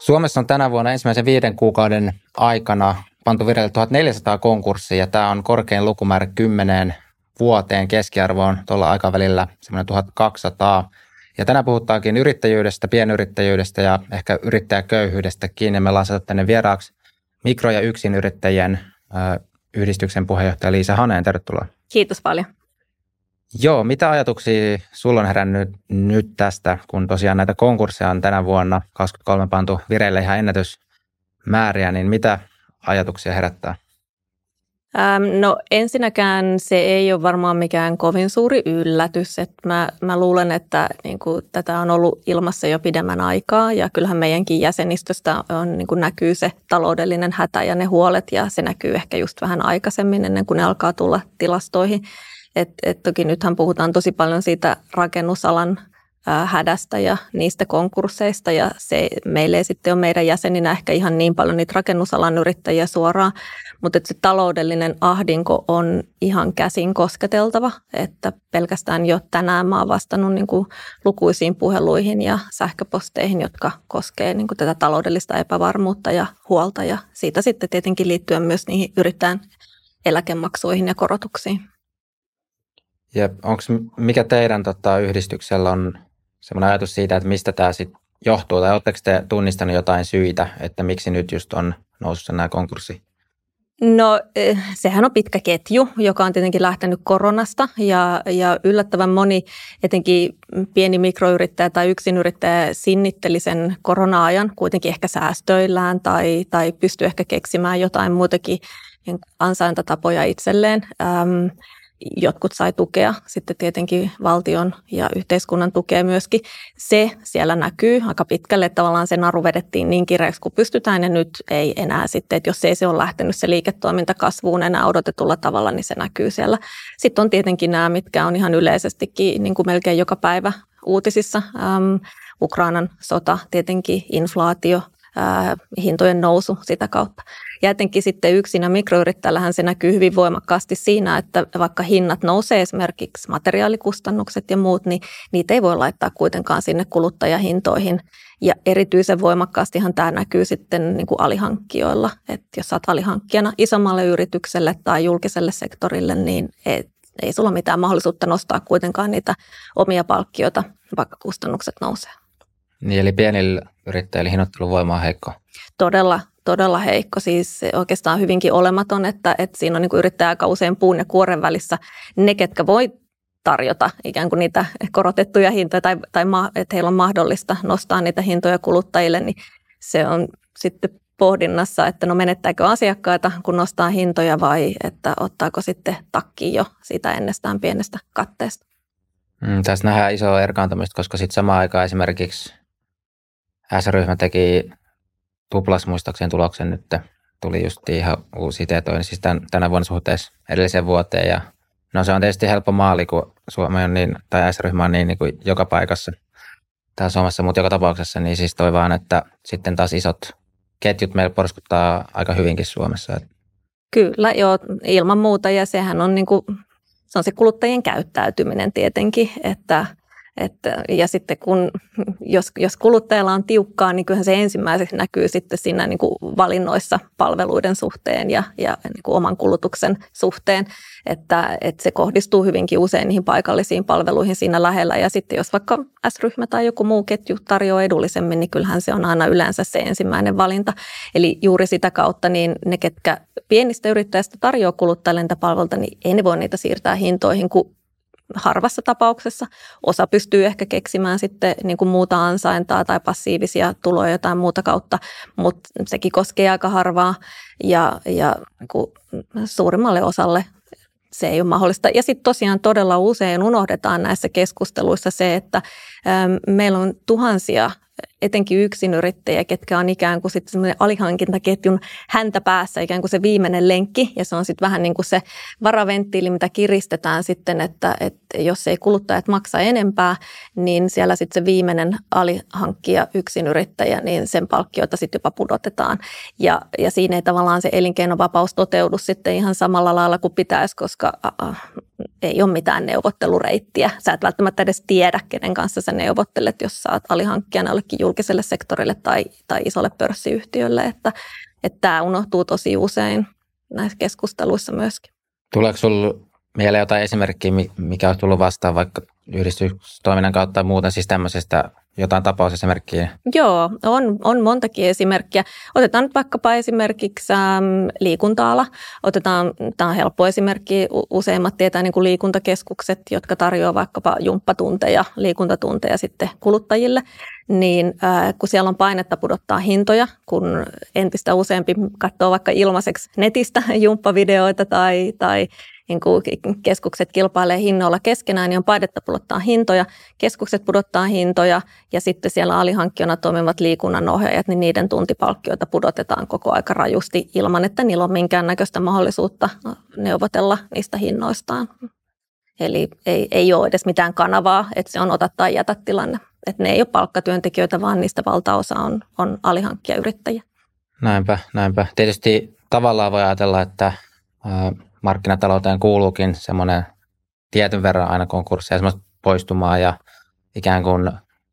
Suomessa on tänä vuonna ensimmäisen 5 kuukauden aikana pantu vireille 1400 konkurssia ja tämä on korkein lukumäärä 10 vuoteen. Keskiarvo on tuolla aikavälillä semmoinen 1200. Ja tänään puhutaankin yrittäjyydestä, pienyrittäjyydestä ja ehkä yrittäjäköyhyydestäkin. Ja me ollaan saatu tänne vieraaksi mikro- ja yksinyrittäjien yhdistyksen puheenjohtaja Liisa Haneen. Tervetuloa. Kiitos paljon. Joo, mitä ajatuksia sulla on herännyt nyt tästä, kun tosiaan näitä konkursseja on tänä vuonna 2023 pantu vireille ihan ennätysmääriä, niin mitä ajatuksia herättää? No ensinnäkään se ei ole varmaan mikään kovin suuri yllätys. Että mä luulen, että niin kuin, tätä on ollut ilmassa jo pidemmän aikaa ja kyllähän meidänkin jäsenistöstä on, niin kuin näkyy se taloudellinen hätä ja ne huolet ja se näkyy ehkä just vähän aikaisemmin ennen kuin ne alkaa tulla tilastoihin. Toki nythän puhutaan tosi paljon siitä rakennusalan hädästä ja niistä konkursseista ja se meille ei sitten ole meidän jäseninä ehkä ihan niin paljon niitä rakennusalan yrittäjiä suoraan, mutta se taloudellinen ahdinko on ihan käsin kosketeltava, että pelkästään jo tänään mä oon vastannut niin kuin lukuisiin puheluihin ja sähköposteihin, jotka koskee niin kuin tätä taloudellista epävarmuutta ja huolta ja siitä sitten tietenkin liittyen myös niihin yrittäjän eläkemaksuihin ja korotuksiin. Ja mikä teidän yhdistyksellä on semmoinen ajatus siitä, että mistä tämä sitten johtuu, tai oletteko te tunnistanut jotain syitä, että miksi nyt just on noussut nämä konkurssi? No sehän on pitkä ketju, joka on tietenkin lähtenyt koronasta ja yllättävän moni, etenkin pieni mikroyrittäjä tai yksinyrittäjä sinnitteli sen korona-ajan kuitenkin ehkä säästöillään tai pystyi ehkä keksimään jotain muutakin ansaintatapoja itselleen. Jotkut sai tukea, sitten tietenkin valtion ja yhteiskunnan tukea myöskin. Se siellä näkyy aika pitkälle, että tavallaan se naru vedettiin niin kireäksi kuin pystytään ja nyt ei enää sitten, että jos ei se ole lähtenyt se liiketoiminta kasvuun enää odotetulla tavalla, niin se näkyy siellä. Sitten on tietenkin nämä, mitkä on ihan yleisestikin niin kuin melkein joka päivä uutisissa. Ukrainan sota, tietenkin inflaatio, hintojen nousu sitä kautta. Ja etenkin sitten yksinä mikroyrittäjällähän se näkyy hyvin voimakkaasti siinä, että vaikka hinnat nousee esimerkiksi materiaalikustannukset ja muut, niin niitä ei voi laittaa kuitenkaan sinne kuluttajahintoihin. Ja erityisen voimakkaastihan tämä näkyy sitten niin kuin alihankkijoilla. Että jos olet alihankkijana isommalle yritykselle tai julkiselle sektorille, niin ei sulla mitään mahdollisuutta nostaa kuitenkaan niitä omia palkkioita, vaikka kustannukset nousee. Niin, eli pienillä yrittäjillä hinnoitteluvoima on heikko. Todella heikko, siis oikeastaan hyvinkin olematon, että siinä on niin kuin yrittäjä aika usein puun ja kuoren välissä ne, ketkä voi tarjota ikään kuin niitä korotettuja hintoja tai että heillä on mahdollista nostaa niitä hintoja kuluttajille, niin se on sitten pohdinnassa, että no menettääkö asiakkaita, kun nostaa hintoja vai että ottaako sitten takkiin jo siitä ennestään pienestä katteesta. Tässä nähdään isoa erkaantumista, koska sitten samaan aikaan esimerkiksi S-ryhmä teki tuplas muistaakseni tuloksen nyt. Tuli just ihan uusia tietoja, niin siis tänä vuonna suhteessa edelliseen vuoteen. Ja no se on tietysti helppo maali, kun Suomi on niin, tai S-ryhmä on niin kuin joka paikassa täällä Suomessa, mutta joka tapauksessa, niin siis toi vaan, että sitten taas isot ketjut meillä porskuttaa aika hyvinkin Suomessa. Kyllä, joo, ilman muuta ja sehän on, niin kuin, se on se kuluttajien käyttäytyminen tietenkin, ja sitten jos kuluttajalla on tiukkaa, niin kyllähän se ensimmäiseksi näkyy sitten siinä niin kuin valinnoissa palveluiden suhteen ja niin kuin oman kulutuksen suhteen, että se kohdistuu hyvinkin usein niihin paikallisiin palveluihin siinä lähellä. Ja sitten jos vaikka S-ryhmä tai joku muu ketju tarjoaa edullisemmin, niin kyllähän se on aina yleensä se ensimmäinen valinta. Eli juuri sitä kautta niin ne, ketkä pienistä yrittäjistä tarjoaa kuluttajille niitä palveluita, niin ei ne voi niitä siirtää hintoihin, kun harvassa tapauksessa. Osa pystyy ehkä keksimään sitten niin kuin muuta ansaintaa tai passiivisia tuloja jotain muuta kautta, mutta sekin koskee aika harvaa ja niin kuin suurimmalle osalle se ei ole mahdollista. Ja sitten tosiaan todella usein unohdetaan näissä keskusteluissa se, että meillä on tuhansia etenkin yksinyrittäjiä, ketkä on ikään kuin sitten semmoinen alihankintaketjun häntä päässä, ikään kuin se viimeinen lenkki, ja se on sitten vähän niin kuin se varaventtiili, mitä kiristetään sitten, että jos ei kuluttajat maksa enempää, niin siellä sitten se viimeinen alihankkija yksinyrittäjä, niin sen palkkioita sitten jopa pudotetaan. Ja siinä ei tavallaan se elinkeinovapaus toteudu sitten ihan samalla lailla kuin pitäisi, koska ei ole mitään neuvottelureittiä. Sä et välttämättä edes tiedä, kenen kanssa sä neuvottelet, jos sä oot alihankkijana jollekin julkiselle sektorille tai isolle pörssiyhtiölle, että tämä unohtuu tosi usein näissä keskusteluissa myöskin. Tuleeko sinulla mieleen jotain esimerkkiä, mikä olisi tullut vastaan vaikka yhdistystoiminnan kautta tai muuten, siis tämmöisestä jotain tapausesimerkkiä? Joo, on montakin esimerkkiä. Otetaan nyt vaikkapa esimerkiksi liikunta-ala. Tämä on helppo esimerkki. Useimmat tietää niin kuin liikuntakeskukset, jotka tarjoavat vaikkapa jumppatunteja, liikuntatunteja sitten kuluttajille. Niin kun siellä on painetta pudottaa hintoja, kun entistä useampi katsoo vaikka ilmaiseksi netistä jumppavideoita tai niin kuin keskukset kilpailee hinnoilla keskenään, niin on painetta pudottaa hintoja, keskukset pudottaa hintoja ja sitten siellä alihankkijana toimivat liikunnanohjaajat, niin niiden tuntipalkkioita pudotetaan koko aika rajusti ilman, että niillä on minkäännäköistä mahdollisuutta neuvotella niistä hinnoistaan. Eli ei ole edes mitään kanavaa, että se on ota tai jätä tilanne. Että ne ei ole palkkatyöntekijöitä, vaan niistä valtaosa on alihankkijayrittäjiä. Näinpä. Tietysti tavallaan voi ajatella, että markkinatalouteen kuuluukin semmoinen tietyn verran aina konkursseja, semmoista poistumaa ja ikään kuin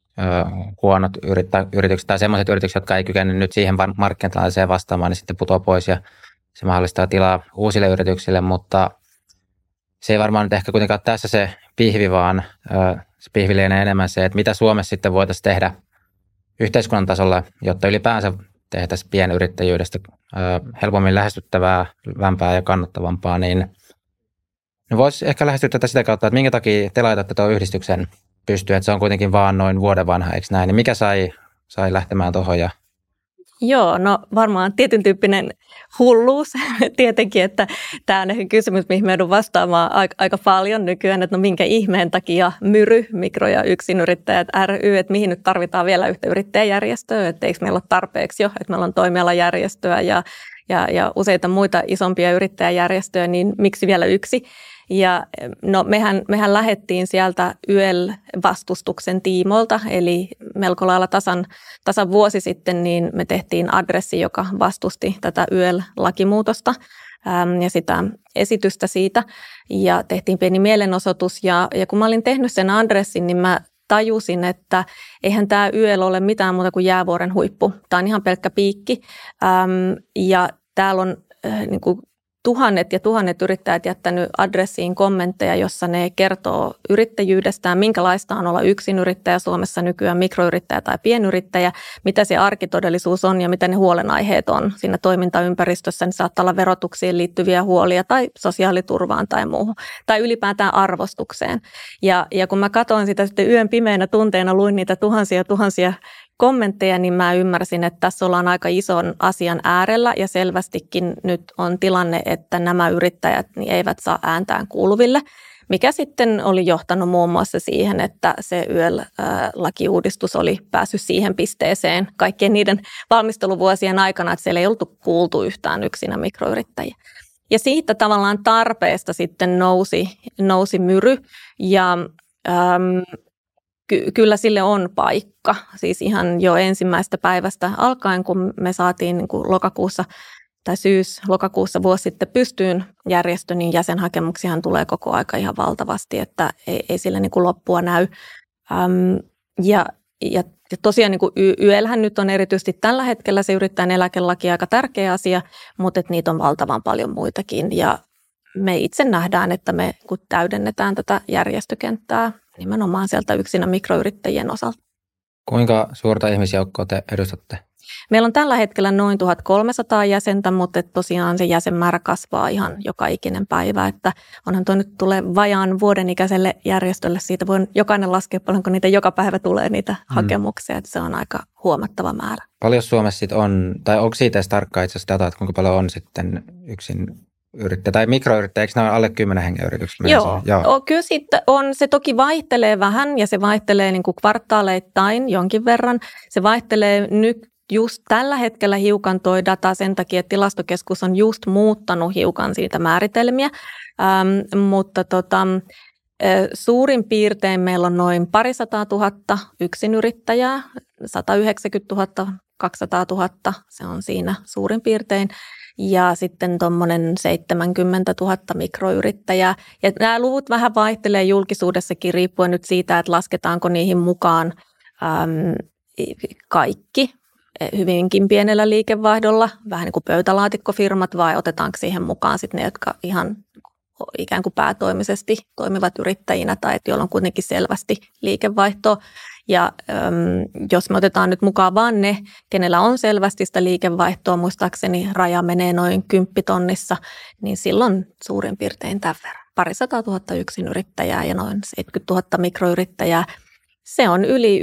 huonot yritykset tai semmoiset yritykset, jotka ei kykene nyt siihen markkinatilanteeseen vastaamaan, niin sitten putoaa pois ja se mahdollistaa tilaa uusille yrityksille, mutta se ei varmaan nyt ehkä kuitenkaan tässä se pihvi, vaan se pihvi lienee enemmän se, että mitä Suomessa sitten voitaisiin tehdä yhteiskunnan tasolla, jotta ylipäänsä tehtäisiin pienyrittäjyydestä helpommin lähestyttävää, vämpää ja kannattavampaa, niin voisi ehkä lähestyä tätä sitä kautta, että minkä takia te laitatte tuon yhdistyksen pystyyn, että se on kuitenkin vaan noin vuoden vanha, eikö näin? Niin mikä sai lähtemään tuohon? Joo, no varmaan tietyn tyyppinen hulluus tietenkin, että tämä on ehkä kysymys, mihin me joudun vastaamaan aika paljon nykyään, että no minkä ihmeen takia Myry, mikro- ja yksinyrittäjät ry, että mihin nyt tarvitaan vielä yhtä yrittäjäjärjestöä, että eikö meillä ole tarpeeksi jo, että meillä on toimialajärjestöä ja useita muita isompia yrittäjäjärjestöjä, niin miksi vielä yksi? Ja no mehän lähdettiin sieltä YEL-vastustuksen tiimoilta, eli melko lailla tasan vuosi sitten niin me tehtiin adressi, joka vastusti tätä YEL-lakimuutosta ja sitä esitystä siitä ja tehtiin pieni mielenosoitus ja kun mä olin tehnyt sen adressin, niin mä tajusin, että eihän tämä YEL ole mitään muuta kuin jäävuoren huippu. Tämä on ihan pelkkä piikki ja täällä on niin kuin tuhannet ja tuhannet yrittäjät jättänyt adressiin kommentteja, jossa ne kertoo yrittäjyydestään, minkälaista on olla yksinyrittäjä Suomessa nykyään, mikroyrittäjä tai pienyrittäjä, mitä se arkitodellisuus on ja mitä ne huolenaiheet on siinä toimintaympäristössä. Niin saattaa olla verotuksiin liittyviä huolia tai sosiaaliturvaan tai muuhun, tai ylipäätään arvostukseen. Ja kun mä katsoin sitä sitten yön pimeinä tunteina, luin niitä tuhansia kommentteja, niin mä ymmärsin, että tässä ollaan aika ison asian äärellä ja selvästikin nyt on tilanne, että nämä yrittäjät niin eivät saa ääntään kuuluville, mikä sitten oli johtanut muun muassa siihen, että se YEL-lakiuudistus oli päässyt siihen pisteeseen kaikkien niiden valmisteluvuosien aikana, että siellä ei oltu kuultu yhtään yksinä mikroyrittäjiä. Ja siitä tavallaan tarpeesta sitten nousi Myry ja kyllä sille on paikka, siis ihan jo ensimmäistä päivästä alkaen, kun me saatiin niin kuin lokakuussa tai lokakuussa vuosi sitten pystyyn järjestö, niin jäsenhakemuksiahan tulee koko aika ihan valtavasti, että ei sille niin kuin loppua näy. Ja tosiaan niin kuin YELhän nyt on erityisesti tällä hetkellä se yrittäjän eläkelaki aika tärkeä asia, mutta että niitä on valtavan paljon muitakin ja me itse nähdään, että me kun täydennetään tätä järjestökenttää nimenomaan sieltä yksinä mikroyrittäjien osalta. Kuinka suurta ihmisjoukkoa te edustatte? Meillä on tällä hetkellä noin 1300 jäsentä, mutta tosiaan se jäsenmäärä kasvaa ihan joka ikinen päivä. Että onhan tuo nyt tulee vajaan vuoden ikäiselle järjestölle. Siitä voi jokainen laskea, paljonko niitä joka päivä tulee niitä hakemuksia. Että se on aika huomattava määrä. Paljon Suomessa sitten on, tai onko siitä edes tarkkaa itse asiassa dataa, että kuinka paljon on sitten yksin yrittäjä tai mikroyrittäjä, eikö nämä ole alle 10 hengen yritykset? Joo. Kyllä sitten on, se toki vaihtelee vähän ja se vaihtelee niin kuin kvartaaleittain jonkin verran. Se vaihtelee nyt just tällä hetkellä hiukan toi data sen takia, että Tilastokeskus on just muuttanut hiukan siitä määritelmiä, mutta suurin piirtein meillä on noin 200 000 yksinyrittäjää, 190 000 200 000, se on siinä suurin piirtein. Ja sitten tuommoinen 70 000 mikroyrittäjää. Ja nämä luvut vähän vaihtelee julkisuudessakin riippuen nyt siitä, että lasketaanko niihin mukaan kaikki hyvinkin pienellä liikevaihdolla, vähän niin kuin pöytälaatikkofirmat, vai otetaanko siihen mukaan sitten ne, jotka ihan ikään kuin päätoimisesti toimivat yrittäjinä tai joilla on kuitenkin selvästi liikevaihtoa. Ja jos me otetaan nyt mukaan vaan ne, kenellä on selvästi sitä liikevaihtoa, muistaakseni raja menee noin 10 000, niin silloin suurin piirtein tämän verran. 200 000 yksinyrittäjää ja noin 70 000 mikroyrittäjää. Se on yli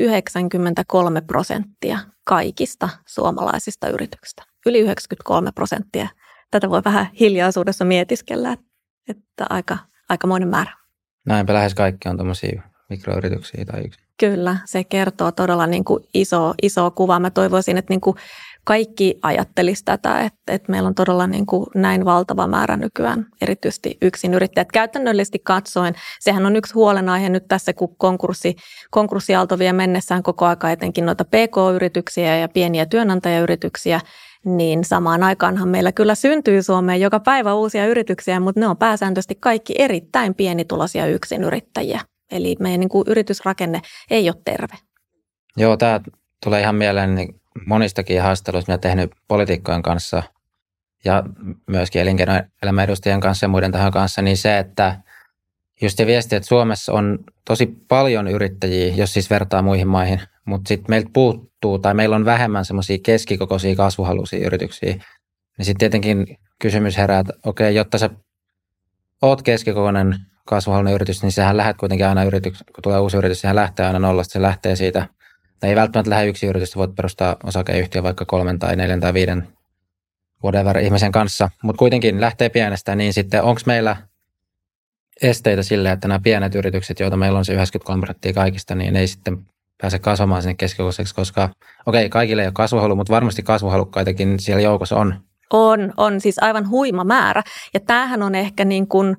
93% kaikista suomalaisista yrityksistä. Yli 93%. Tätä voi vähän hiljaisuudessa mietiskellä, että aikamoinen määrä. Näinpä lähes kaikki on tuommoisia mikroyrityksiä tai yksi. Kyllä, se kertoo todella niin kuin iso kuva. Mä toivoisin, että niin kuin kaikki ajattelisi tätä, että meillä on todella niin kuin näin valtava määrä nykyään, erityisesti yksinyrittäjät. Käytännöllisesti katsoen, sehän on yksi huolenaihe nyt tässä, kun konkurssiaalto vie mennessään koko aika etenkin noita PK-yrityksiä ja pieniä työnantajayrityksiä, niin samaan aikaanhan meillä kyllä syntyy Suomeen joka päivä uusia yrityksiä, mutta ne on pääsääntöisesti kaikki erittäin pienituloisia yksinyrittäjiä. Eli meidän niin kuin yritysrakenne ei ole terve. Joo, tämä tulee ihan mieleen niin monistakin haastatteluista, mitä tehnyt poliitikkojen kanssa ja myöskin elinkeinoelämän edustajien kanssa ja muiden tahojen kanssa, niin se, että just se viesti, että Suomessa on tosi paljon yrittäjiä, jos siis vertaa muihin maihin, mutta sitten meiltä puuttuu tai meillä on vähemmän semmoisia keskikokoisia kasvuhaluisia yrityksiä, niin sitten tietenkin kysymys herää, että okei, jotta sä oot keskikokoinen kasvuhaluinen yritys, niin sähän lähdet kuitenkin aina kun tulee uusi yritys, sehän lähtee aina nollasta, se lähtee siitä. Tai ei välttämättä lähde yksi yritys, voit perustaa osakeyhtiö vaikka 3 tai 4 tai 5 whatever ihmisen kanssa, mutta kuitenkin lähtee pienestä, niin sitten onko meillä esteitä sille, että nämä pienet yritykset, joita meillä on se 93% kaikista, niin ei sitten pääse kasvamaan sinne keskikokoiseksi, koska okei, kaikille ei ole kasvuhalu, mutta varmasti kasvuhalukkaitakin siellä joukossa on. On siis aivan huima määrä. Ja tämähän on ehkä niin kuin,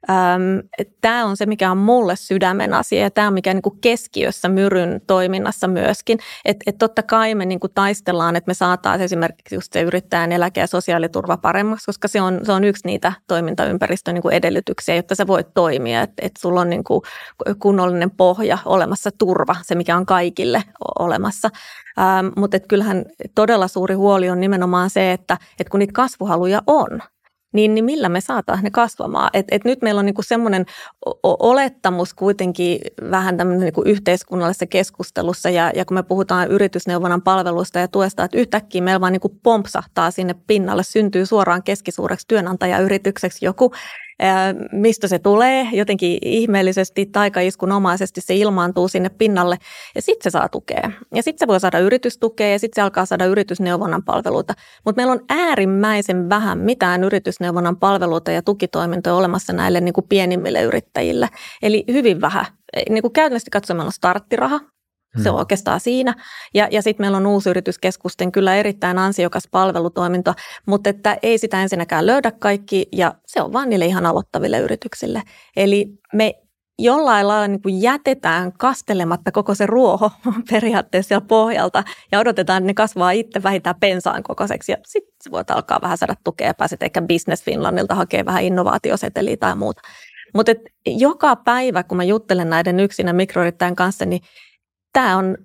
tämä on se, mikä on mulle sydämen asia ja tämä on mikä niin kuin keskiössä Myryn toiminnassa myöskin. Että totta kai me niin kuin taistellaan, että me saataisiin esimerkiksi just se yrittäjän eläke- ja sosiaaliturva paremmaksi, koska se on yksi niitä toimintaympäristön niin kuin edellytyksiä, jotta sä voit toimia. Että sulla on niin kuin kunnollinen pohja olemassa, turva, se mikä on kaikille olemassa. Mutta kyllähän todella suuri huoli on nimenomaan se, että kun niitä kasvuhaluja on, niin millä me saataisiin ne kasvamaan. Et nyt meillä on niinku semmoinen olettamus kuitenkin vähän tämmöinen niinku yhteiskunnallisessa keskustelussa ja kun me puhutaan yritysneuvonnan palveluista ja tuesta, että yhtäkkiä meillä vaan niinku pompsahtaa sinne pinnalle, syntyy suoraan keskisuureksi työnantajayritykseksi joku, mistä se tulee, jotenkin ihmeellisesti, taikaiskunomaisesti se ilmaantuu sinne pinnalle ja sitten se saa tukea. Ja sitten se voi saada yritystukea ja sitten se alkaa saada yritysneuvonnan palveluita. Mutta meillä on äärimmäisen vähän mitään yritysneuvonnan palveluita ja tukitoimintoja olemassa näille niin kuin pienimmille yrittäjille. Eli hyvin vähän. Niin kuin käytännössä katsoen meillä on starttiraha. Se on oikeastaan siinä. Ja sitten meillä on uusyrityskeskusten kyllä erittäin ansiokas palvelutoiminto, mutta että ei sitä ensinnäkään löydä kaikki ja se on vaan niille ihan aloittaville yrityksille. Eli me jollain lailla niin kuin jätetään kastelematta koko se ruoho periaatteessa siellä pohjalta ja odotetaan, että ne kasvaa itse vähintään pensaan kokoiseksi ja sitten se voit alkaa vähän saada tukea ja pääset ehkä Business Finlandilta hakee vähän innovaatioseteliä tai muuta. Mutta joka päivä, kun mä juttelen näiden yksinä mikroyrittäjän kanssa, niin tämä on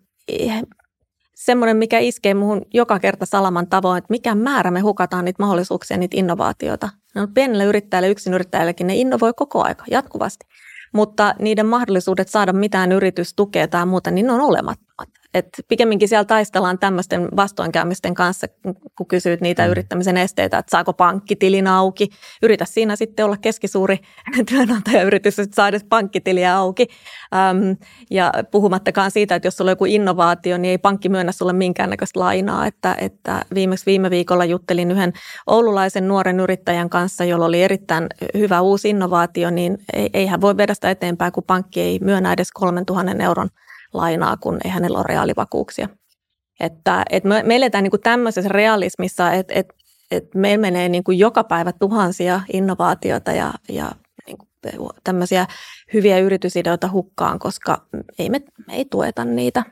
semmoinen, mikä iskee muuhun joka kerta salaman tavoin, että mikä määrä me hukataan niitä mahdollisuuksia, niitä innovaatioita. No, pienelle yrittäjälle, yksinyrittäjällekin ne innovoi koko aika, jatkuvasti. Mutta niiden mahdollisuudet saada mitään yritystukea tai muuta, niin ne on olemattomat. Et pikemminkin siellä taistellaan tämmöisten vastoinkäymisten kanssa, kun kysyt niitä yrittämisen esteitä, että saako pankkitilin auki. Yritä siinä sitten olla keskisuuri työnantajayritys, että saa edes pankkitiliä auki. Ja puhumattakaan siitä, että jos sulla on joku innovaatio, niin ei pankki myönnä sulle minkäännäköistä lainaa. Että viimeksi viime viikolla juttelin yhden oululaisen nuoren yrittäjän kanssa, jolla oli erittäin hyvä uusi innovaatio, niin ei hän voi vedä sitä eteenpäin, kun pankki ei myönnä edes 3 000 euron lainaa, kun ei hänellä ole reaalivakuuksia. Että me eletään niin kuin tämmöisessä realismissa, että meillä menee niin kuin joka päivä tuhansia innovaatioita ja niin kuin tämmöisiä hyviä yritysideoita hukkaan, koska me ei tueta niitä.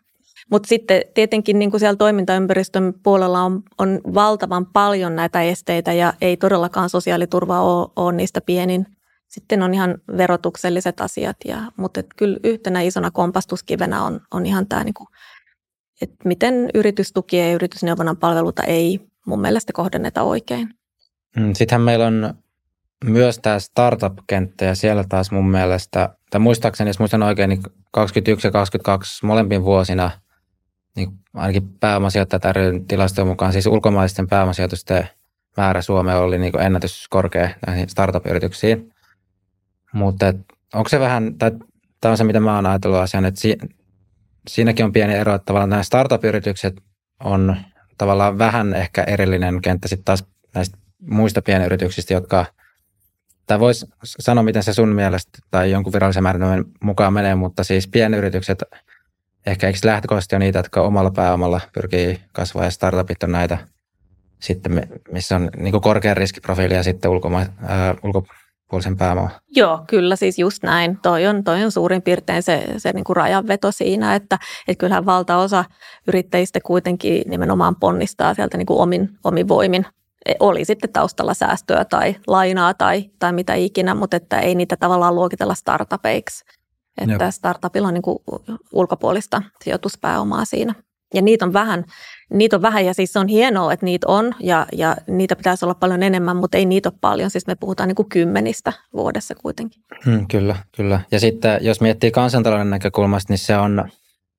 Mutta sitten tietenkin niin kuin siellä toimintaympäristön puolella on valtavan paljon näitä esteitä ja ei todellakaan sosiaaliturva ole niistä pienin. Sitten on ihan verotukselliset asiat, mutta kyllä yhtenä isona kompastuskivenä on ihan tämä, niin kuin, että miten yritystukia ja yritysneuvonnan palveluita ei mun mielestä kohdenneta oikein. Sittenhän meillä on myös tämä startup-kenttä ja siellä taas mun mielestä, tai muistaakseni, jos muistan oikein, niin 2021 ja 2022 molempin vuosina, niin ainakin pääomasijoittajat ryn tilastojen mukaan, siis ulkomaisten pääomasijoitusten määrä Suomeen oli niin kuin ennätyskorkea näihin startup-yrityksiin. Mutta onko se vähän, tai tämä on se, mitä mä oon ajatellut asian, että siinäkin on pieni ero, että tavallaan nämä startup-yritykset on tavallaan vähän ehkä erillinen kenttä sitten taas näistä muista pienyrityksistä, jotka, tai voisi sanoa, miten se sun mielestä tai jonkun virallisen määritelmän mukaan menee, mutta siis pienyritykset ehkä eikö lähtökohtaisesti on niitä, jotka omalla pääomalla pyrkii kasvaa ja startupit on näitä sitten, missä on niin kuin korkean riskiprofiili ja sitten ulkopuolisen pääomaa. Joo, kyllä siis just näin. Toi on suurin piirtein se niin kuin rajanveto siinä, että kyllähän valtaosa yrittäjistä kuitenkin nimenomaan ponnistaa sieltä niin kuin omin voimin. Oli sitten taustalla säästöä tai lainaa tai mitä ikinä, mutta että ei niitä tavallaan luokitella startupeiksi. Että Jop. Startupilla on niin kuin ulkopuolista sijoituspääomaa siinä. Ja niitä on vähän ja siis se on hienoa, että niitä on ja niitä pitäisi olla paljon enemmän, mutta ei niitä ole paljon. Siis me puhutaan niin kuin 10 vuodessa kuitenkin. Kyllä. Ja sitten jos miettii kansantalouden näkökulmasta, niin se on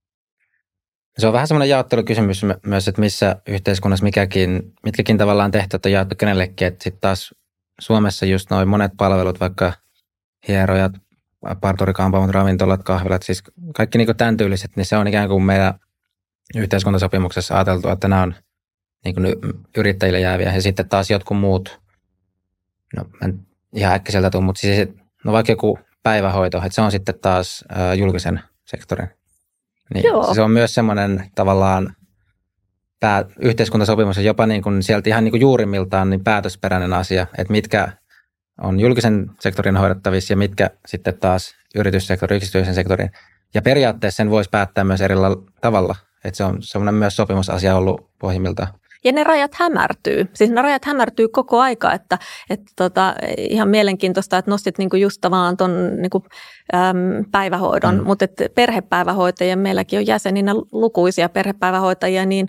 vähän semmoinen jaottelukysymys myös, että missä yhteiskunnassa mitkäkin tavallaan tehtävät on jaettu kenellekin. Että sitten taas Suomessa just noin monet palvelut, vaikka hierojat, parturikampaamot, ravintolat, kahvilat, siis kaikki niin kuin tämän tyyliset, niin se on ikään kuin meidän yhteiskuntasopimuksessa ajateltu, että nämä on niin kuin yrittäjille jääviä. Ja sitten taas jotkut muut, no en ihan äkkiseltä tule, mutta siis, no vaikka joku päivähoito, että se on sitten taas julkisen sektorin. Niin se on myös semmoinen tavallaan yhteiskuntasopimus ja jopa niin kuin sieltä ihan niin kuin juurimmiltaan niin päätösperäinen asia, että mitkä on julkisen sektorin hoidettavissa ja mitkä sitten taas yrityssektorin, yksityisen sektorin. Ja periaatteessa sen voisi päättää myös eri tavalla, että se on semmoinen myös sopimusasia ollut pohjimmiltaan. Ja ne rajat hämärtyy. Siis ne rajat hämärtyy koko aika, että ihan mielenkiintoista, että nostit niinku just tavallaan tuon niinku, päivähoidon, mutta perhepäivähoitajia, meilläkin on jäseninä lukuisia perhepäivähoitajia, niin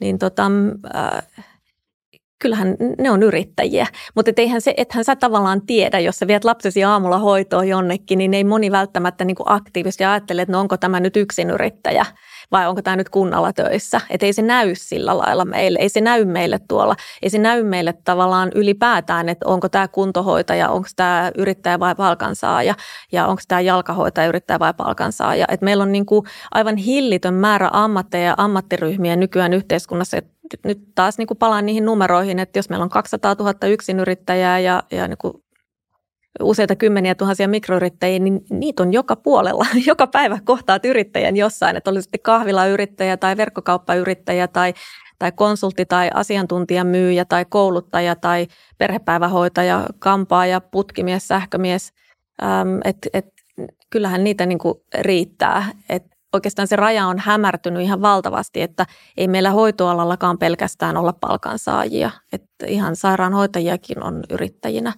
kyllähän ne on yrittäjiä, mutta ethän sä tavallaan tiedä, jos sä viet lapsesi aamulla hoitoon jonnekin, niin ei moni välttämättä niinku aktiivisesti ajattele, että no onko tämä nyt yksinyrittäjä vai onko tämä nyt kunnalla töissä. Että ei se näy sillä lailla meille, ei se näy meille tuolla, ei se näy meille tavallaan ylipäätään, että onko tämä kuntohoitaja, onko tämä yrittäjä vai palkansaaja ja onko tämä jalkahoitaja, yrittäjä vai palkansaaja. Että meillä on niinku aivan hillitön määrä ammatteja ja ammattiryhmiä nykyään yhteiskunnassa. Nyt taas niin kuin palaan niihin numeroihin, että jos meillä on 200 000 yksinyrittäjää ja niin kuin useita kymmeniä tuhansia mikroyrittäjiä, niin niitä on joka puolella. Joka päivä kohtaat yrittäjän jossain, että oli sitten kahvilayrittäjä tai verkkokauppayrittäjä tai konsultti tai asiantuntijamyyjä tai kouluttaja tai perhepäivähoitaja, kampaaja, putkimies, sähkömies. Kyllähän niitä niin kuin riittää, että oikeastaan se raja on hämärtynyt ihan valtavasti, että ei meillä hoitoalallakaan pelkästään olla palkansaajia, että ihan sairaanhoitajiakin on yrittäjinä.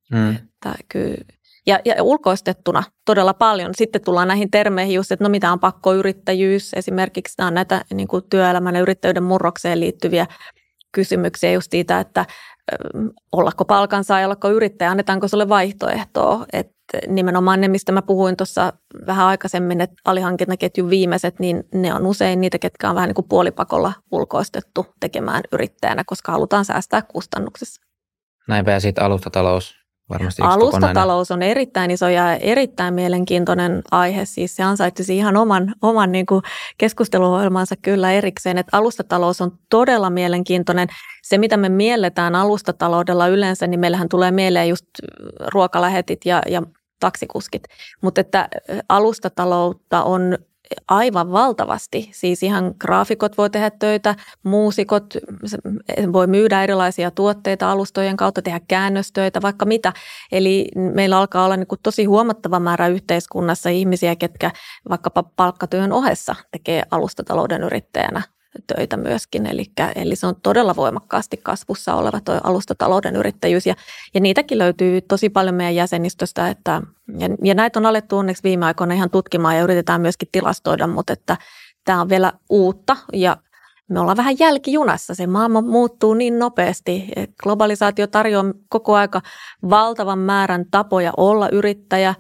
Ja ulkoistettuna todella paljon. Sitten tullaan näihin termeihin just, että no mitä on pakkoyrittäjyys esimerkiksi. Nämä on näitä niin kuin työelämän ja yrittäjyyden murrokseen liittyviä kysymyksiä just siitä, että ollako palkansaaja, ollako yrittäjä, annetaanko sulle vaihtoehtoa. Että nimenomaan ne, mistä mä puhuin tuossa vähän aikaisemmin, että alihankintaketjun viimeiset, niin ne on usein niitä, ketkä on vähän niin kuin puolipakolla ulkoistettu tekemään yrittäjänä, koska halutaan säästää kustannuksissa. Näinpä ja sitten alustatalous. Alustatalous on erittäin iso ja erittäin mielenkiintoinen aihe, siis se ansaitsisi ihan oman niin kuin keskusteluohjelmansa kyllä erikseen, että alustatalous on todella mielenkiintoinen. Se, mitä me mielletään alustataloudella yleensä, niin meillähän tulee mieleen just ruokalähetit ja taksikuskit, mutta että alustataloutta on aivan valtavasti. Siis ihan graafikot voi tehdä töitä, muusikot voi myydä erilaisia tuotteita alustojen kautta, tehdä käännöstöitä, vaikka mitä. Eli meillä alkaa olla niin kuin tosi huomattava määrä yhteiskunnassa ihmisiä, ketkä vaikkapa palkkatyön ohessa tekee alustatalouden yrittäjänä töitä myöskin. Eli se on todella voimakkaasti kasvussa oleva tuo alustatalouden yrittäjyys ja niitäkin löytyy tosi paljon meidän jäsenistöstä. Ja näitä on alettu onneksi viime aikoina ihan tutkimaan ja yritetään myöskin tilastoida, mutta että tämä on vielä uutta ja me ollaan vähän jälkijunassa. Se maailma muuttuu niin nopeasti. Globalisaatio tarjoaa koko aika valtavan määrän tapoja olla yrittäjä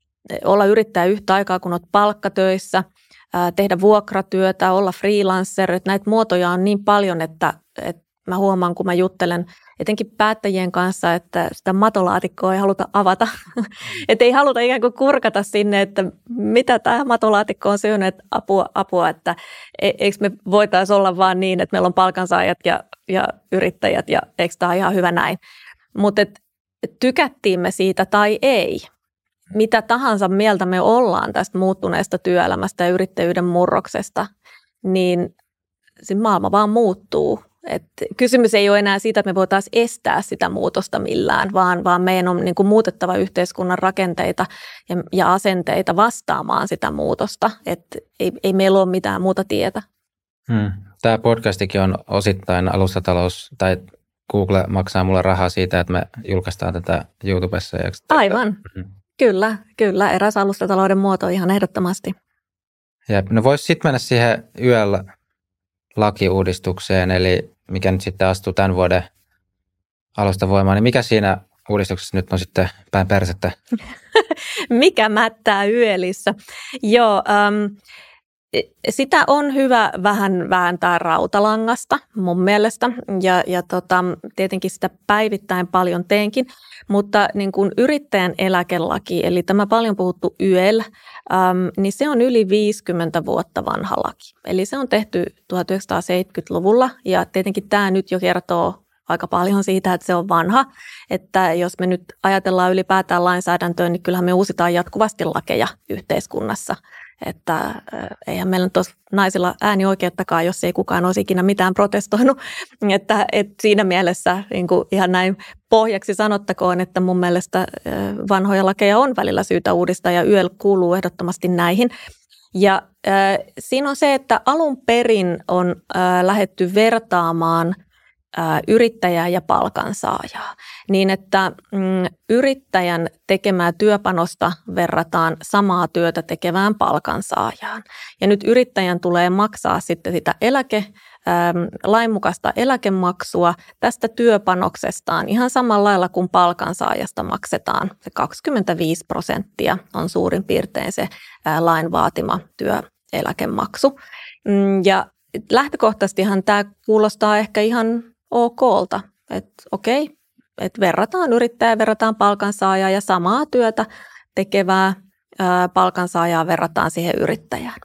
yhtä aikaa, kun olet palkkatöissä, tehdä vuokratyötä, olla freelancer. Että näitä muotoja on niin paljon, että mä huomaan, kun mä juttelen etenkin päättäjien kanssa, että sitä matolaatikkoa ei haluta avata. Että ei haluta ikään kuin kurkata sinne, että mitä tämä matolaatikko on syönyt, että apua, että eikö me voitaisiin olla vaan niin, että meillä on palkansaajat ja yrittäjät ja eikö tämä ihan hyvä näin. Mutta tykättiin me siitä tai ei. Mitä tahansa mieltä me ollaan tästä muuttuneesta työelämästä ja yrittäjyyden murroksesta, niin se maailma vaan muuttuu. Kysymys ei ole enää siitä, että me voitaisiin estää sitä muutosta millään, vaan meidän on niin kuin muutettava yhteiskunnan rakenteita ja asenteita vastaamaan sitä muutosta. Että ei meillä ole mitään muuta tietä. Tämä podcastikin on osittain alustatalous, tai Google maksaa mulle rahaa siitä, että me julkaistaan tätä YouTubessa. Aivan. Kyllä. Eräs alustatalouden muoto ihan ehdottomasti. No voisi sitten mennä siihen YEL-lakiuudistukseen, eli mikä nyt sitten astuu tämän vuoden alusta voimaan, niin mikä siinä uudistuksessa nyt on sitten päin persettä? Mikä mättää YELissä? Joo, sitä on hyvä vähän vääntää rautalangasta mun mielestä ja tietenkin sitä päivittäin paljon teenkin, mutta niin kuin yrittäjän eläkelaki, eli tämä paljon puhuttu YEL, niin se on yli 50 vuotta vanha laki. Eli se on tehty 1970-luvulla ja tietenkin tämä nyt jo kertoo aika paljon siitä, että se on vanha, että jos me nyt ajatellaan ylipäätään lainsäädäntöön, niin kyllähän me uusitaan jatkuvasti lakeja yhteiskunnassa. Että eihän meillä nyt ole naisilla äänioikeuttakaan, jos ei kukaan olisi ikinä mitään protestoinut. Että siinä mielessä niin kuin ihan näin pohjaksi sanottakoon, että mun mielestä vanhoja lakeja on välillä syytä uudistaa ja YEL kuuluu ehdottomasti näihin. Ja siinä on se, että alun perin on lähdetty vertaamaan yrittäjää ja palkansaajaa, niin että yrittäjän tekemää työpanosta verrataan samaa työtä tekevään palkansaajaan. Ja nyt yrittäjän tulee maksaa sitten sitä lainmukaista eläkemaksua tästä työpanoksestaan ihan samalla lailla kuin palkansaajasta maksetaan. Se 25% on suurin piirtein se lain vaatima työeläkemaksu. Ja lähtökohtaisestihan tämä kuulostaa ehkä ihan okolta, että okei, että verrataan yrittäjää, verrataan palkansaajaa ja samaa työtä tekevää palkansaajaa verrataan siihen yrittäjään.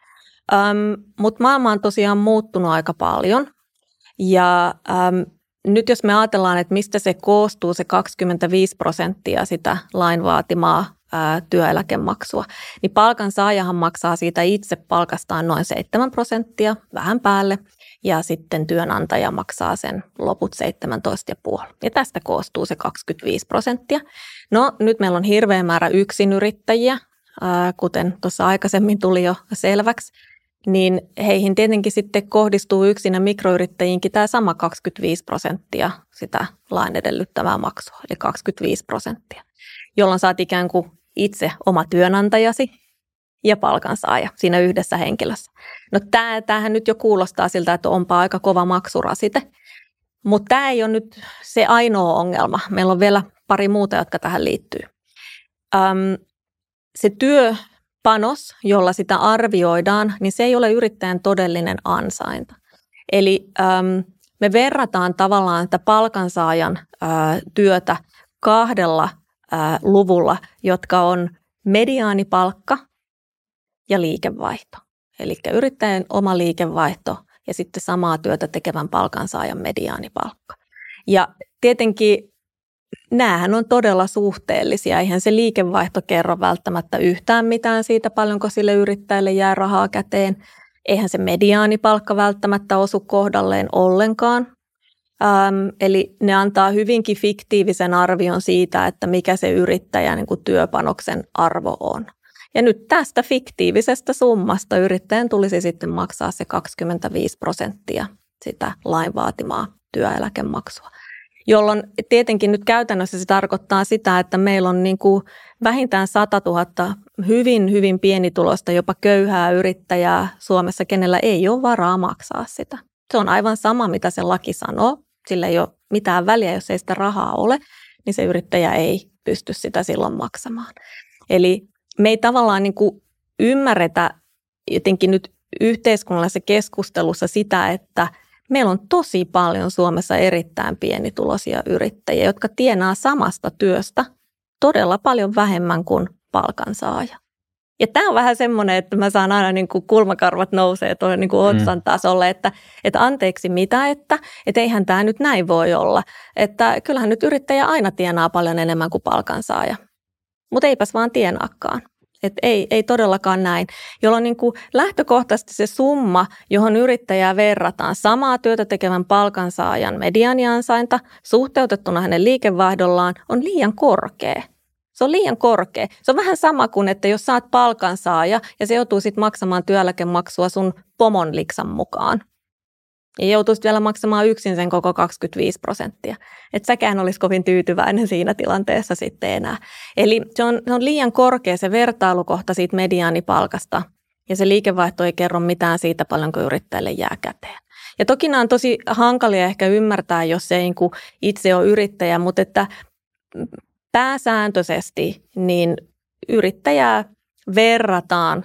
Mutta maailma on tosiaan muuttunut aika paljon ja nyt jos me ajatellaan, että mistä se koostuu se 25% sitä lain vaatimaa työeläkemaksua, niin palkansaajahan maksaa siitä itse palkastaan noin 7%, vähän päälle, ja sitten työnantaja maksaa sen loput 17,5%. Ja tästä koostuu se 25%. No nyt meillä on hirveä määrä yksinyrittäjiä, kuten tuossa aikaisemmin tuli jo selväksi, niin heihin tietenkin sitten kohdistuu yksinä mikroyrittäjiinkin tämä sama 25% sitä lain edellyttämää maksua, eli 25%, jolloin saat ikään kuin itse oma työnantajasi ja palkansaaja siinä yhdessä henkilössä. No tämähän nyt jo kuulostaa siltä, että onpa aika kova maksurasite, mutta tämä ei ole nyt se ainoa ongelma. Meillä on vielä pari muuta, jotka tähän liittyy. Se työpanos, jolla sitä arvioidaan, niin se ei ole yrittäjän todellinen ansainta. Eli me verrataan tavallaan sitä palkansaajan työtä kahdella luvulla, jotka on mediaanipalkka ja liikevaihto. Eli yrittäjän oma liikevaihto ja sitten samaa työtä tekevän palkansaajan mediaanipalkka. Ja tietenkin näähän on todella suhteellisia. Eihän se liikevaihto kerro välttämättä yhtään mitään siitä, paljonko sille yrittäjälle jää rahaa käteen. Eihän se mediaanipalkka välttämättä osu kohdalleen ollenkaan. Eli ne antaa hyvinkin fiktiivisen arvion siitä, että mikä se yrittäjän niin kuin työpanoksen arvo on. Ja nyt tästä fiktiivisestä summasta yrittäjän tulisi sitten maksaa se 25% sitä lain vaatimaa työeläkemaksua. Jolloin tietenkin nyt käytännössä se tarkoittaa sitä, että meillä on niin kuin vähintään 100 000 hyvin, hyvin pienituloista, jopa köyhää yrittäjää Suomessa, kenellä ei ole varaa maksaa sitä. Se on aivan sama, mitä se laki sanoo. Sillä ei ole mitään väliä, jos ei sitä rahaa ole, niin se yrittäjä ei pysty sitä silloin maksamaan. Eli me ei tavallaan niin kuin ymmärretä jotenkin nyt yhteiskunnallisessa keskustelussa sitä, että meillä on tosi paljon Suomessa erittäin pienituloisia yrittäjiä, jotka tienaa samasta työstä todella paljon vähemmän kuin palkansaaja. Ja tämä on vähän semmoinen, että mä saan aina niin kuin kulmakarvat nousee tuolle niin kuin otsan tasolle, että anteeksi mitä, että eihän tämä nyt näin voi olla. Että kyllähän nyt yrittäjä aina tienaa paljon enemmän kuin palkansaaja, mutta eipäs vaan tienaakaan. Että ei todellakaan näin, jolloin niin kuin lähtökohtaisesti se summa, johon yrittäjää verrataan samaa työtä tekevän palkansaajan mediaaniansainta suhteutettuna hänen liikevaihdollaan on liian korkea. Se on liian korkea. Se on vähän sama kuin, että jos sä oot palkansaaja ja se joutuu sitten maksamaan työeläkemaksua sun pomon liksan mukaan. Ja joutuisit vielä maksamaan yksin sen koko 25%. Että säkään olisi kovin tyytyväinen siinä tilanteessa sitten enää. Eli se on liian korkea se vertailukohta siitä mediaanipalkasta. Ja se liikevaihto ei kerro mitään siitä, paljonko yrittäjälle jää käteen. Ja toki nämä on tosi hankalia ehkä ymmärtää, jos ei itse ole yrittäjä, mutta että pääsääntöisesti niin yrittäjää verrataan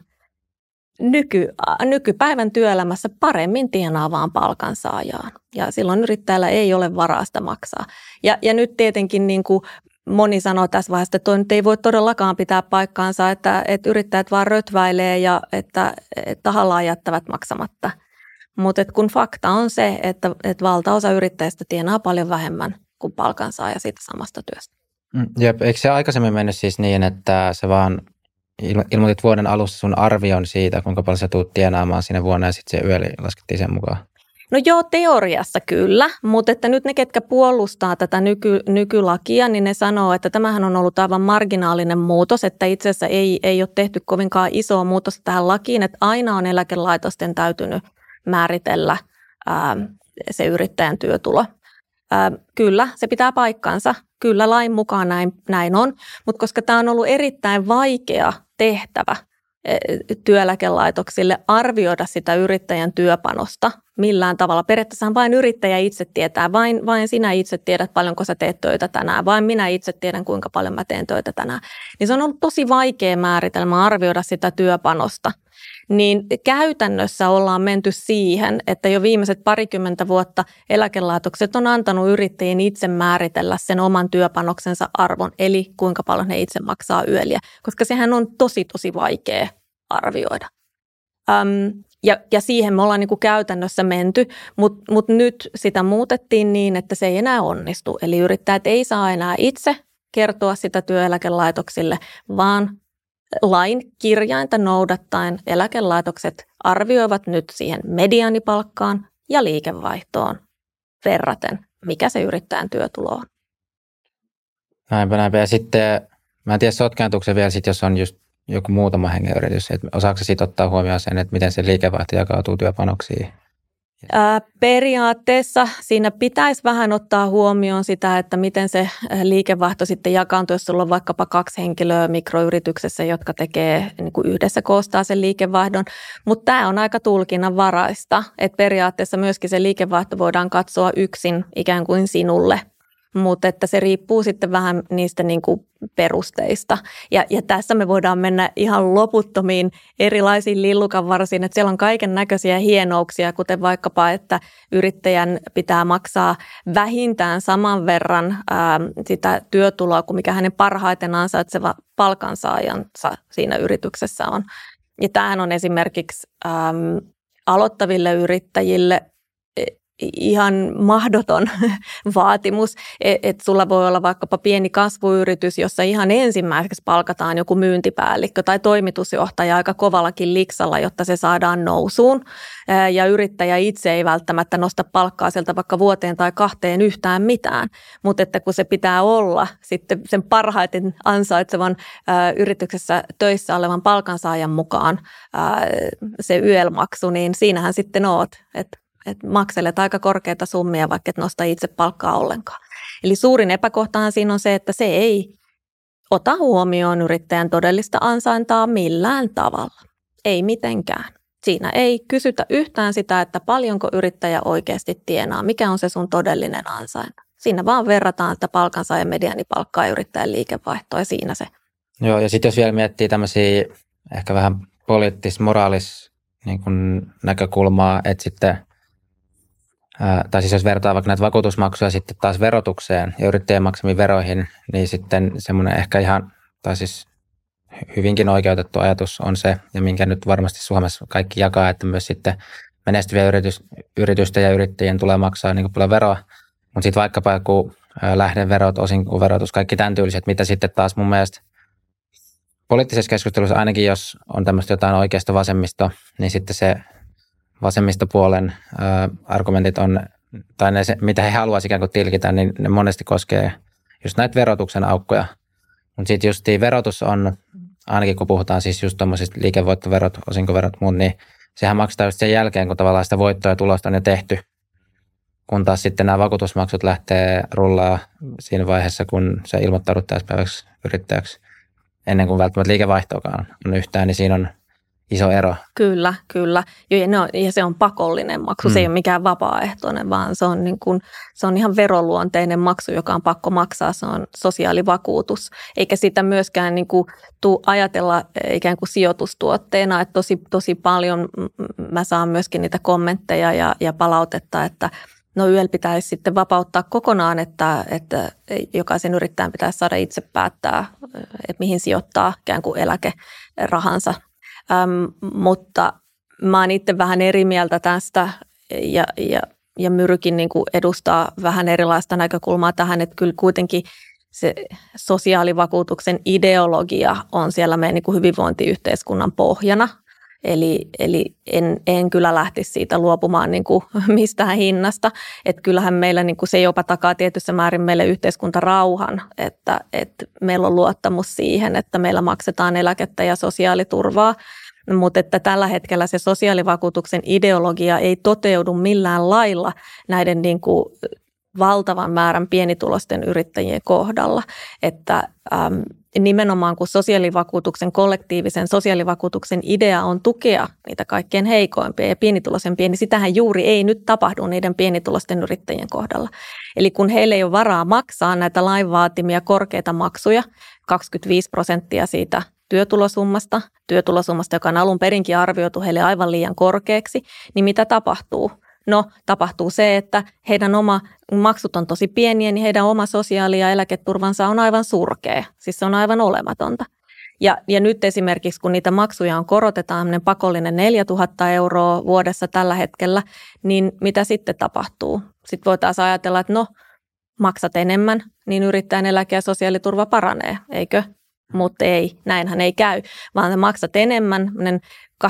nykypäivän työelämässä paremmin tienaavaan palkansaajaan. Ja silloin yrittäjällä ei ole varaa sitä maksaa. Ja nyt tietenkin niin kuin moni sanoo tässä vaiheessa, että toi nyt ei voi todellakaan pitää paikkaansa, että yrittäjät vaan rötväilee ja että tahallaan jättävät maksamatta. Mutta kun fakta on se, että valtaosa yrittäjistä tienaa paljon vähemmän kuin palkansaaja siitä samasta työstä. Jep, eikö se aikaisemmin mennyt siis niin, että se vaan ilmoitit vuoden alussa sun arvion siitä, kuinka paljon sä tuut tienaamaan sinne vuonna ja sitten se yöli laskettiin sen mukaan? No joo, teoriassa kyllä, mutta että nyt ne, ketkä puolustaa tätä nykylakia, niin ne sanoo, että tämähän on ollut aivan marginaalinen muutos, että itse asiassa ei ole tehty kovinkaan isoa muutosta tähän lakiin, että aina on eläkelaitosten täytynyt määritellä se yrittäjän työtulo. Kyllä, se pitää paikkansa. Kyllä lain mukaan näin on, mutta koska tämä on ollut erittäin vaikea tehtävä työeläkelaitoksille arvioida sitä yrittäjän työpanosta millään tavalla. Periaatteessa vain yrittäjä itse tietää, vain sinä itse tiedät paljonko sä teet töitä tänään, vain minä itse tiedän kuinka paljon mä teen töitä tänään. Niin se on ollut tosi vaikea määritelmä arvioida sitä työpanosta. Niin käytännössä ollaan menty siihen, että jo viimeiset 20 vuotta eläkelaitokset on antanut yrittäjien itse määritellä sen oman työpanoksensa arvon, eli kuinka paljon he itse maksaa yöliä, koska sehän on tosi vaikea arvioida. Ja siihen me ollaan niin kuin käytännössä menty, mutta nyt sitä muutettiin niin, että se ei enää onnistu. Eli yrittäjät ei saa enää itse kertoa sitä työeläkelaitoksille, vaan lain kirjainta noudattaen eläkelaitokset arvioivat nyt siihen mediaanipalkkaan ja liikevaihtoon verraten, mikä se yrittäjän työtulo on. Näinpä. Ja sitten, mä en tiedä sotkeantuuko se vielä sit, jos on just joku muutama hengen yritys, että osaako se sitten ottaa huomioon sen, että miten se liikevaihto jakautuu työpanoksiin? Periaatteessa siinä pitäisi vähän ottaa huomioon sitä, että miten se liikevaihto sitten jakaantuu, jos sulla on vaikkapa 2 henkilöä mikroyrityksessä, jotka tekee niin kuin yhdessä koostaa sen liikevaihdon, mutta tämä on aika tulkinnanvaraista, että periaatteessa myöskin se liikevaihto voidaan katsoa yksin ikään kuin sinulle, mutta että se riippuu sitten vähän niistä niin kuin perusteista. Ja tässä me voidaan mennä ihan loputtomiin erilaisiin lillukanvarsiin, että siellä on kaiken näköisiä hienouksia, kuten vaikkapa, että yrittäjän pitää maksaa vähintään saman verran sitä työtuloa kuin mikä hänen parhaiten ansaitseva palkansaajansa siinä yrityksessä on. Ja tämähän on esimerkiksi aloittaville yrittäjille ihan mahdoton vaatimus, että sulla voi olla vaikkapa pieni kasvuyritys, jossa ihan ensimmäiseksi palkataan joku myyntipäällikkö tai toimitusjohtaja aika kovallakin liksalla, jotta se saadaan nousuun. Ja yrittäjä itse ei välttämättä nosta palkkaa sieltä vaikka vuoteen tai 2 yhtään mitään, mutta että kun se pitää olla sitten sen parhaiten ansaitsevan yrityksessä töissä olevan palkansaajan mukaan se YEL-maksu, niin siinähän sitten oot, että makselet aika korkeita summia, vaikka et nosta itse palkkaa ollenkaan. Eli suurin epäkohtahan siinä on se, että se ei ota huomioon yrittäjän todellista ansaintaa millään tavalla. Ei mitenkään. Siinä ei kysytä yhtään sitä, että paljonko yrittäjä oikeasti tienaa, mikä on se sun todellinen ansainta. Siinä vaan verrataan, että palkansaajan mediaanipalkkaa ja yrittäjän liikevaihtoa ja siinä se. Joo, ja sitten jos vielä miettii tämmöisiä ehkä vähän poliittis-moraalis niin kuin näkökulmaa, että sitten tai siis jos vertaa vaikka näitä vakuutusmaksuja sitten taas verotukseen ja yrittäjien maksamiin veroihin, niin sitten semmoinen ehkä ihan, tai siis hyvinkin oikeutettu ajatus on se, ja minkä nyt varmasti Suomessa kaikki jakaa, että myös sitten menestyviä yritysten ja yrittäjien tulee maksaa niin kuin paljon veroa, mutta sitten vaikkapa joku lähdeverot, osinkoverotus, kaikki tämän tyyliset, mitä sitten taas mun mielestä poliittisessa keskustelussa ainakin, jos on tämmöistä jotain oikeasta vasemmisto, niin sitten se vasemmistopuolen argumentit on, tai ne, mitä he haluaisivat ikään kuin tilkitä, niin ne monesti koskee just näitä verotuksen aukkoja. Mutta sitten just verotus on, ainakin kun puhutaan siis just tuommoisista liikevoittoverot, osinkoverot, muut, niin sehän maksetaan just sen jälkeen, kun tavallaan sitä voittoa ja tulosta on jo tehty. Kun taas sitten nämä vakuutusmaksut lähtee rullaa siinä vaiheessa, kun se ilmoittaudut täyspäiväksi yrittäjäksi, ennen kuin välttämättä liikevaihtoakaan on yhtään, niin siinä on iso ero. Kyllä. Ja se on pakollinen maksu, se ei ole mikään vapaaehtoinen, vaan se on ihan veroluonteinen maksu, joka on pakko maksaa, se on sosiaalivakuutus. Eikä sitä myöskään tule ajatella ikään kuin sijoitustuotteena, että tosi paljon mä saan myöskin niitä kommentteja ja palautetta, että no YEL pitäisi sitten vapauttaa kokonaan, että jokaisen yrittäjän pitäisi saada itse päättää, että mihin sijoittaa ikään kuin eläkerahansa. Mutta mä oon itse vähän eri mieltä tästä ja Myrykin niin kuin edustaa vähän erilaista näkökulmaa tähän, että kyllä kuitenkin se sosiaalivakuutuksen ideologia on siellä meidän niin kuin hyvinvointiyhteiskunnan pohjana. Eli en kyllä lähtisi siitä luopumaan niin kuin mistään hinnasta. Että kyllähän meillä niin kuin se jopa takaa tietyssä määrin meille yhteiskuntarauhan, että meillä on luottamus siihen, että meillä maksetaan eläkettä ja sosiaaliturvaa. Mutta että tällä hetkellä se sosiaalivakuutuksen ideologia ei toteudu millään lailla näiden niin kuin valtavan määrän pienituloisten yrittäjien kohdalla, että nimenomaan kun sosiaalivakuutuksen, kollektiivisen sosiaalivakuutuksen idea on tukea niitä kaikkein heikoimpia ja pienituloisempia, niin sitähän juuri ei nyt tapahdu niiden pienituloisten yrittäjien kohdalla. Eli kun heille ei ole varaa maksaa näitä lain vaatimia korkeita maksuja, 25% siitä työtulosummasta, joka on alun perinkin arvioitu heille aivan liian korkeaksi, niin mitä tapahtuu? No, tapahtuu se, että heidän oma maksut on tosi pieniä, niin heidän oma sosiaali- ja eläketurvansa on aivan surkea. Siis se on aivan olematonta. Ja nyt esimerkiksi, kun niitä maksuja on korotetaan, pakollinen 4 000 euroa vuodessa tällä hetkellä, niin mitä sitten tapahtuu? Sitten voitaisiin ajatella, että no, maksat enemmän, niin yrittäjän eläke- ja sosiaaliturva paranee, eikö? Mutta ei, näinhän ei käy, vaan maksat enemmän, 80-90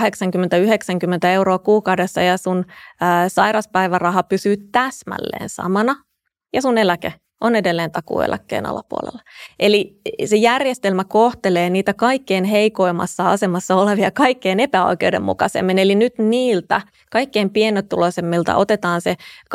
euroa kuukaudessa ja sun sairauspäiväraha pysyy täsmälleen samana ja sun eläke on edelleen takuueläkkeen alapuolella. Eli se järjestelmä kohtelee niitä kaikkein heikoimmassa asemassa olevia kaikkein epäoikeudenmukaisemmin. Eli nyt niiltä kaikkein pienituloisemmilta otetaan se 80-90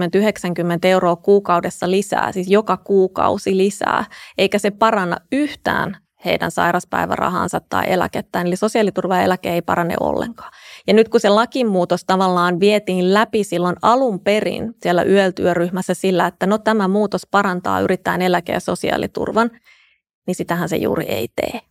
euroa kuukaudessa lisää, siis joka kuukausi lisää, eikä se paranna yhtään heidän sairauspäivärahansa tai eläkettään, eli sosiaaliturva ja eläke ei parane ollenkaan. Ja nyt kun se lakimuutos tavallaan vietiin läpi silloin alun perin siellä YEL-työryhmässä sillä, että no tämä muutos parantaa yrittäjän eläke- ja sosiaaliturvan, niin sitähän se juuri ei tee.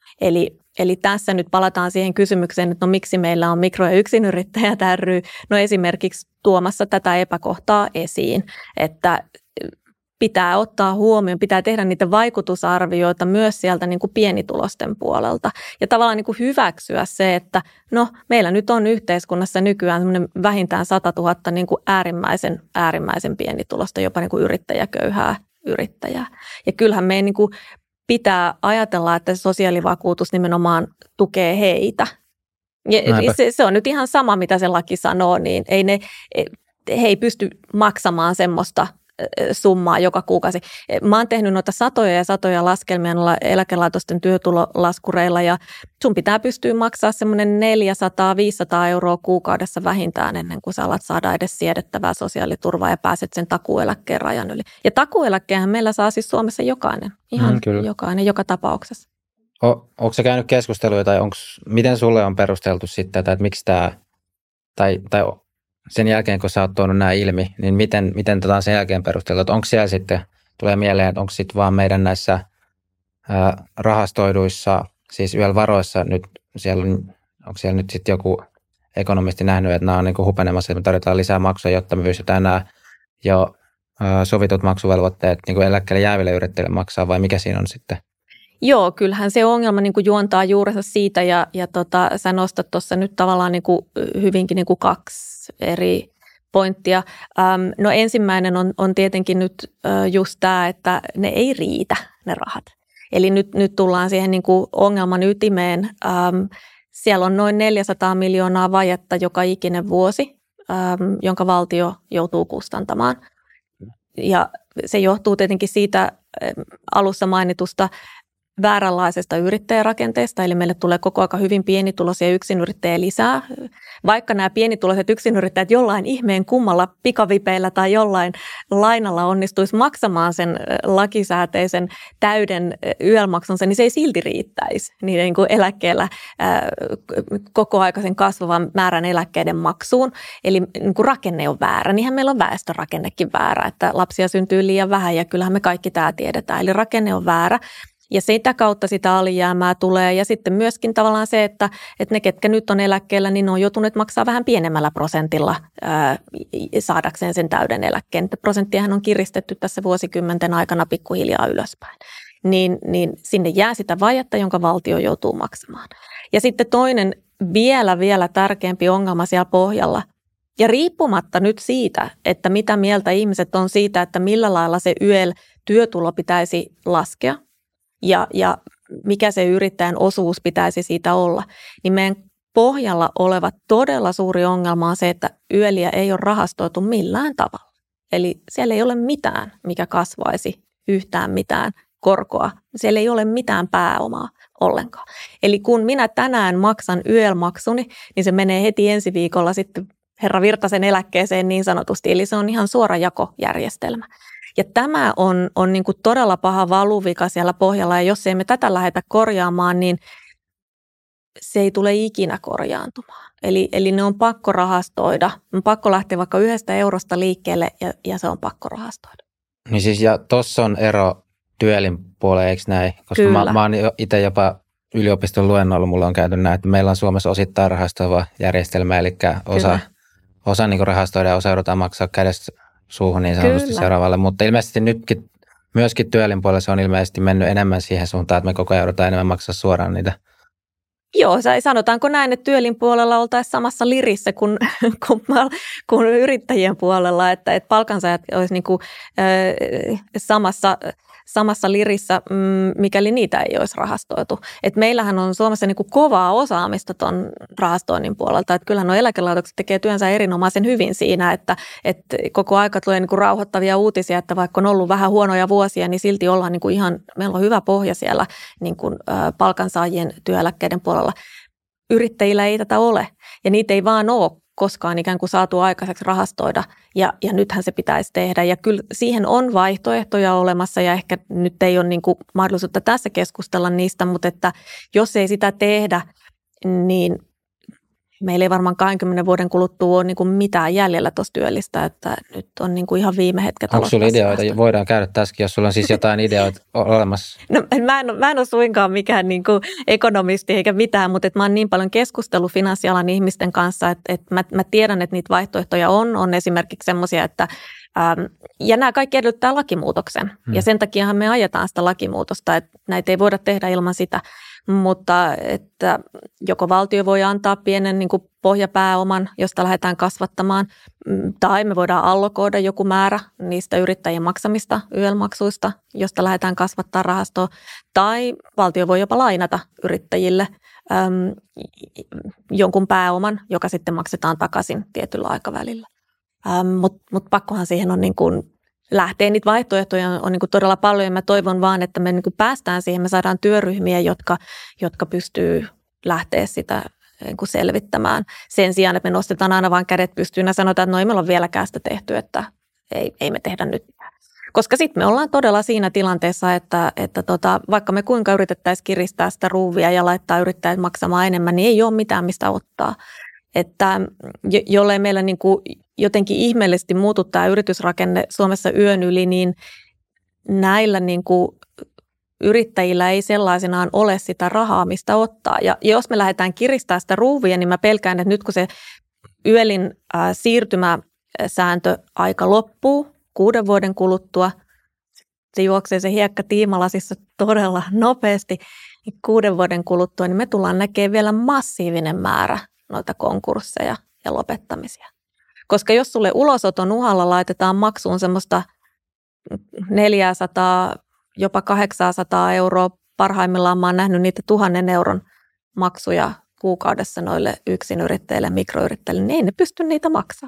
Eli tässä nyt palataan siihen kysymykseen, että no miksi meillä on mikro- ja yksinyrittäjät ry, no esimerkiksi tuomassa tätä epäkohtaa esiin, että pitää ottaa huomioon, pitää tehdä niitä vaikutusarvioita myös sieltä niin kuin pienitulosten puolelta. Ja tavallaan niin kuin hyväksyä se, että no meillä nyt on yhteiskunnassa nykyään vähintään 100 000 niin kuin äärimmäisen pienitulosta, jopa niin kuin yrittäjäköyhää yrittäjää. Ja kyllähän meidän niin kuin pitää ajatella, että sosiaalivakuutus nimenomaan tukee heitä. Ja se on nyt ihan sama, mitä se laki sanoo, niin he ei pysty maksamaan semmoista summaa joka kuukausi. Mä oon tehnyt noita satoja ja satoja laskelmia noilla eläkelaitosten työtulolaskureilla ja sun pitää pystyä maksaa semmoinen 400-500 euroa kuukaudessa vähintään ennen kuin sä alat saada edes siedettävää sosiaaliturvaa ja pääset sen takuueläkkeen rajan yli. Ja takuueläkkeenhän meillä saa siis Suomessa jokainen, ihan jokainen, joka tapauksessa. Onko se käynyt keskusteluja tai miten sulle on perusteltu sitten, että miksi tämä, tai sen jälkeen, kun sä oot tuonut nämä ilmi, niin miten sen jälkeen perusteltu? Onko siellä sitten, tulee mieleen, että onko sitten vaan meidän näissä rahastoiduissa, siis YEL-varoissa nyt, onko siellä nyt sitten joku ekonomisti nähnyt, että nämä on niin kuin hupenemassa, että me tarvitaan lisää maksuja, jotta me pystytään nämä jo sovitut maksuvelvoitteet niin kuin eläkkeelle jääville yrittäjille maksaa, vai mikä siinä on sitten? Joo, kyllähän se ongelma niin kuin juontaa juurensa siitä ja sä nostat tuossa nyt tavallaan niin kuin hyvinkin niin kuin 2 eri pointtia. No ensimmäinen on tietenkin nyt just tämä, että ne ei riitä ne rahat. Eli nyt tullaan siihen niin kuin ongelman ytimeen. Siellä on noin 400 miljoonaa vajetta joka ikinen vuosi, jonka valtio joutuu kustantamaan. Ja se johtuu tietenkin siitä alussa mainitusta vääränlaisesta yrittäjärakenteesta, eli meille tulee koko ajan hyvin pienituloisia yksinyrittäjiä lisää. Vaikka nämä pienituloiset yksinyrittäjät jollain ihmeen kummalla pikavipeillä tai jollain lainalla onnistuisi maksamaan sen lakisääteisen täyden YEL-maksunsa, niin se ei silti riittäisi niiden niin kuin eläkkeellä kokoaikaisen kasvavan määrän eläkkeiden maksuun. Eli niin kuin rakenne on väärä. Niinhän meillä on väestörakennekin väärä, että lapsia syntyy liian vähän ja kyllähän me kaikki tämä tiedetään. Eli rakenne on väärä. Ja sitä kautta sitä alijäämää tulee ja sitten myöskin tavallaan se, että ne, ketkä nyt on eläkkeellä, niin ne on joutuneet maksaa vähän pienemmällä prosentilla saadakseen sen täyden eläkkeen. Prosenttiahan on kiristetty tässä vuosikymmenten aikana pikkuhiljaa ylöspäin. Niin sinne jää sitä vajetta, jonka valtio joutuu maksamaan. Ja sitten toinen vielä tärkeämpi ongelma siellä pohjalla. Ja riippumatta nyt siitä, että mitä mieltä ihmiset on siitä, että millä lailla se YEL-työtulo pitäisi laskea, ja mikä se yrittäjän osuus pitäisi siitä olla, niin meidän pohjalla oleva todella suuri ongelma on se, että YELiä ei ole rahastoitu millään tavalla. Eli siellä ei ole mitään, mikä kasvaisi yhtään mitään korkoa. Siellä ei ole mitään pääomaa ollenkaan. Eli kun minä tänään maksan YEL-maksuni, niin se menee heti ensi viikolla sitten herra Virtasen eläkkeeseen niin sanotusti. Eli se on ihan suora jakojärjestelmä. Ja tämä on niin kuin todella paha valuvika siellä pohjalla, ja jos ei me tätä lähdetä korjaamaan, niin se ei tule ikinä korjaantumaan. Eli ne on pakko rahastoida. On pakko lähteä vaikka 1 eurosta liikkeelle, ja se on pakko rahastoida. Niin siis, ja tuossa on ero TYELin puoleen, eikö näin? Koska mä oon itse jopa yliopiston luennoilla, mulla on käyty näin, että meillä on Suomessa osittain rahastoiva järjestelmä, eli osa niin kuin rahastoida ja osa joudutaan maksaa kädestä suuhun niin sanotusti seuraavalle, mutta ilmeisesti nytkin myöskin TYELin puolella se on ilmeisesti mennyt enemmän siihen suuntaan, että me koko ajan joudutaan enemmän maksaa suoraan niitä. Joo, sanotaanko näin, että TYELin puolella oltaisiin samassa lirissä kuin yrittäjien puolella, että palkansaajat olisi niin kuin, samassa lirissä, mikäli niitä ei olisi rahastoitu. Et meillähän on Suomessa niin kuin kovaa osaamista tuon rahastoinnin puolelta. Et kyllähän nuo eläkelaitokset tekee työnsä erinomaisen hyvin siinä, että koko aika tulee niin kuin rauhoittavia uutisia, että vaikka on ollut vähän huonoja vuosia, niin silti ollaan niin kuin meillä on hyvä pohja siellä niin kuin palkansaajien työeläkkeiden puolella. Yrittäjillä ei tätä ole ja niitä ei vaan ole koskaan ikään kuin saatu aikaiseksi rahastoida ja nythän se pitäisi tehdä. Ja kyllä siihen on vaihtoehtoja olemassa ja ehkä nyt ei ole niin kuin mahdollisuutta tässä keskustella niistä, mutta että jos ei sitä tehdä, niin meillä ei varmaan 20 vuoden kuluttua ole niin kuin mitään jäljellä tuossa työllistä, että nyt on niin kuin ihan viime hetket. Onko sulla ideoita? Voidaan käydä tässäkin, jos sulla on siis jotain ideoita olemassa. No, mä en ole suinkaan mikään niin kuin ekonomisti eikä mitään, mutta mä oon niin paljon keskustellut finanssialan ihmisten kanssa, että mä tiedän, että niitä vaihtoehtoja on esimerkiksi semmoisia, että ja nämä kaikki edellyttää lakimuutoksen ja sen takiahan me ajetaan sitä lakimuutosta, että näitä ei voida tehdä ilman sitä, mutta että joko valtio voi antaa pienen niin kuin pohjapääoman, josta lähdetään kasvattamaan, tai me voidaan allokoida joku määrä niistä yrittäjien maksamista YEL-maksuista, josta lähdetään kasvattaa rahastoa, tai valtio voi jopa lainata yrittäjille jonkun pääoman, joka sitten maksetaan takaisin tietyllä aikavälillä. Mutta pakkohan siihen on niin kuin lähtee. Niitä vaihtoehtoja on niin kuin todella paljon ja mä toivon vaan, että me niin kuin päästään siihen, me saadaan työryhmiä, jotka pystyy lähteä sitä niin kuin selvittämään. Sen sijaan, että me nostetaan aina vain kädet pystyyn ja sanotaan, että no ei meillä ole vieläkään sitä tehty, että ei me tehdä nyt. Koska sitten me ollaan todella siinä tilanteessa, että vaikka me kuinka yritettäisiin kiristää sitä ruuvia ja laittaa yrittäjät maksamaan enemmän, niin ei ole mitään mistä ottaa. Että jollei meillä niin kuin jotenkin ihmeellisesti muutu tämä yritysrakenne Suomessa yön yli, niin näillä niin kuin yrittäjillä ei sellaisenaan ole sitä rahaa, mistä ottaa. Ja jos me lähdetään kiristämään sitä ruuvia, niin mä pelkään, että nyt kun se YELin siirtymäsääntö-aika loppuu 6 vuoden kuluttua, se juoksee se hiekka tiimalasissa todella nopeasti, niin 6 vuoden kuluttua, niin me tullaan näkemään vielä massiivinen määrä noita konkursseja ja lopettamisia. Koska jos sulle ulosoton uhalla laitetaan maksuun semmoista 400, jopa 800 euroa, parhaimmillaan mä oon nähnyt niitä 1 000 euron maksuja kuukaudessa noille yksinyrittäjille ja mikroyrittäjille, niin ei ne pysty niitä maksaa.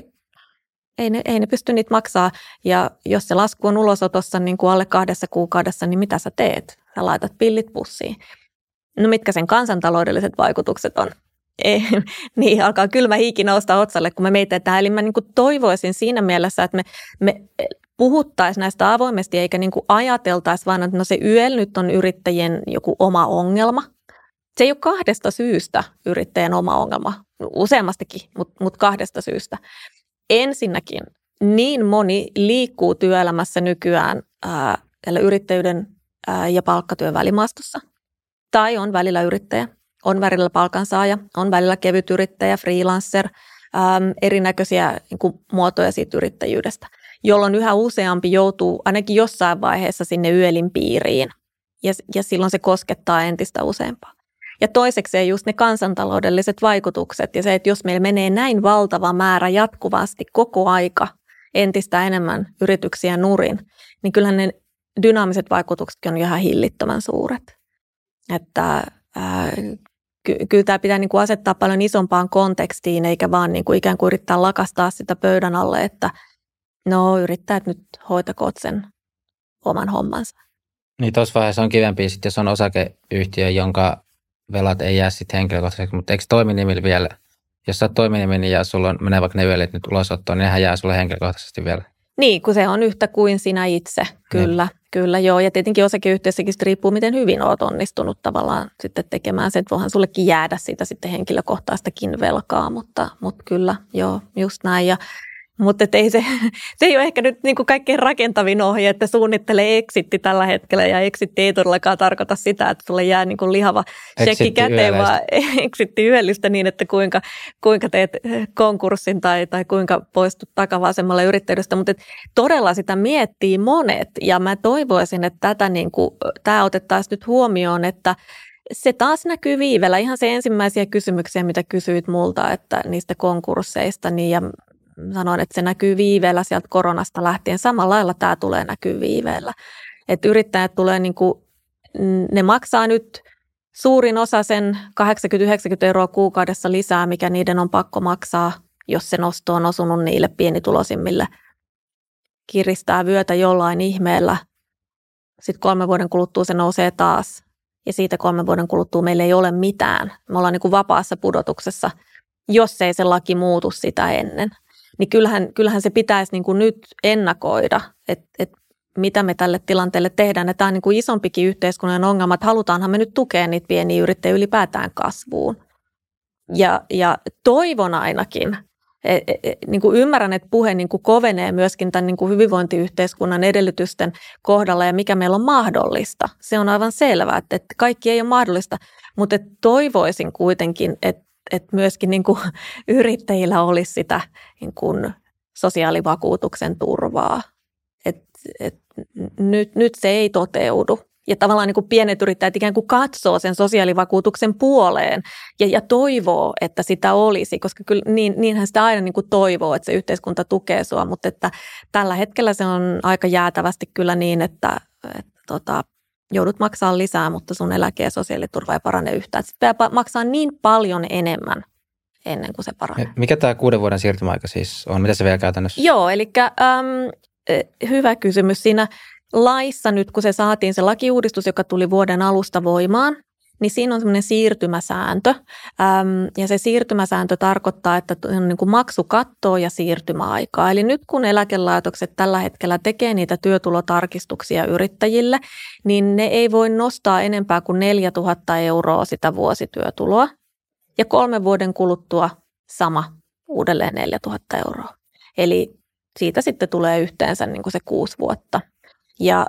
Ei ne pysty niitä maksaa. Ja jos se lasku on ulosotossa niin kuin alle 2 kuukaudessa, niin mitä sä teet? Sä laitat pillit pussiin. No mitkä sen kansantaloudelliset vaikutukset on? Niin alkaa kylmä hiiki nousta otsalle, kun me meitetään. Eli mä niin kuin toivoisin siinä mielessä, että me puhuttaisiin näistä avoimesti, eikä niin kuin ajateltaisi vaan, että no se YEL nyt on yrittäjien joku oma ongelma. Se ei ole 2 syystä yrittäjän oma ongelma, useammastakin, mutta 2 syystä. Ensinnäkin niin moni liikkuu työelämässä nykyään yrittäjyyden ja palkkatyön välimaastossa. Tai on välillä yrittäjä, on välillä palkansaaja, on välillä kevyt yrittäjä, freelancer, erinäköisiä niin kuin muotoja siitä yrittäjyydestä, jolloin yhä useampi joutuu ainakin jossain vaiheessa sinne YELin piiriin ja silloin se koskettaa entistä useampaa. Ja toisekseen just ne kansantaloudelliset vaikutukset ja se, että jos meillä menee näin valtava määrä jatkuvasti koko aika entistä enemmän yrityksiä nurin, niin kyllähän ne dynaamiset vaikutuksetkin on ihan hillittömän suuret. Että kyllä tämä pitää niin kuin asettaa paljon isompaan kontekstiin, eikä vaan niin kuin ikään kuin yrittää lakastaa sitä pöydän alle, että no yrittäjät nyt hoitakoot sen oman hommansa. Niin tuossa vaiheessa on kivempi sitten, jos on osakeyhtiö, jonka velat ei jää sitten henkilökohtaisesti, mutta eikö toiminimillä vielä, jos sä oot toiminimi ja sulla menee vaikka ne YELit nyt ulosottoon, niin nehän jää sulle henkilökohtaisesti vielä. Niin, kun se on yhtä kuin sinä itse, kyllä. Kyllä joo, ja tietenkin osakeyhtiössäkin riippuu, miten hyvin olet onnistunut tavallaan sitten tekemään se, että voihan sullekin jäädä siitä sitten henkilökohtaistakin velkaa, mutta kyllä, joo, just näin. Mutta se ei ole ehkä nyt niin kuin kaikkein rakentavin ohje, että suunnittele exitti tällä hetkellä, ja exitti ei todellakaan tarkoita sitä, että sulle jää niin kuin lihava shekki käteen, vaan exitti YEListä niin, että kuinka teet konkurssin tai kuinka poistut takavasemmalle yrittäjyydestä, mutta todella sitä miettii monet, ja mä toivoisin, että tämä otettaisiin nyt huomioon, että se taas näkyy viivellä. Ihan se ensimmäisiä kysymyksiä, mitä kysyit multa, että niistä konkursseista, niin ja sanoin, että se näkyy viiveellä sieltä koronasta lähtien. Samalla lailla tämä tulee näkyy viiveellä. Että yrittäjät tulee ne maksaa nyt suurin osa sen 80-90 euroa kuukaudessa lisää, mikä niiden on pakko maksaa, jos se nosto on osunut niille pienituloisimmille. Kiristää vyötä jollain ihmeellä. Sitten 3 vuoden kuluttua se nousee taas. Ja siitä 3 vuoden kuluttua meillä ei ole mitään. Me ollaan niin kuin vapaassa pudotuksessa, jos ei se laki muutu sitä ennen. Niin kyllähän se pitäisi niin kuin nyt ennakoida, että mitä me tälle tilanteelle tehdään. Ja tämä on niin kuin isompikin yhteiskunnallinen ongelma, että halutaanhan me nyt tukea niitä pieniä yrittäjiä ylipäätään kasvuun. Ja toivon ainakin, niin kuin ymmärrän, että puhe niin kuin kovenee myöskin tämän niin kuin hyvinvointiyhteiskunnan edellytysten kohdalla ja mikä meillä on mahdollista. Se on aivan selvää, että kaikki ei ole mahdollista, mutta toivoisin kuitenkin, että myöskin niin kuin yrittäjillä olisi sitä niin kuin sosiaalivakuutuksen turvaa. Nyt se ei toteudu. Ja tavallaan niin kuin pienet yrittäjät ikään kuin katsoo sen sosiaalivakuutuksen puoleen ja toivoo, että sitä olisi, koska kyllä niinhän sitä aina niin kuin toivoo, että se yhteiskunta tukee sua, mutta että tällä hetkellä se on aika jäätävästi kyllä niin, että joudut maksaa lisää, mutta sun eläke- ja sosiaaliturva ei parane yhtään. Sitten pitää maksaa niin paljon enemmän ennen kuin se paranee. Mikä tämä 6 vuoden siirtymäaika siis on? Mitä se vielä käytännössä? Joo, eli hyvä kysymys. Siinä laissa nyt, kun se saatiin se lakiuudistus, joka tuli vuoden alusta voimaan, niin siinä on semmoinen siirtymäsääntö. Ja se siirtymäsääntö tarkoittaa, että on niin kuin maksukattoa ja siirtymäaikaa. Eli nyt kun eläkelaitokset tällä hetkellä tekee niitä työtulotarkistuksia yrittäjille, niin ne ei voi nostaa enempää kuin 4 000 euroa sitä vuosityötuloa. Ja 3 vuoden kuluttua sama uudelleen 4 000 euroa. Eli siitä sitten tulee yhteensä niin kuin se 6 vuotta. Ja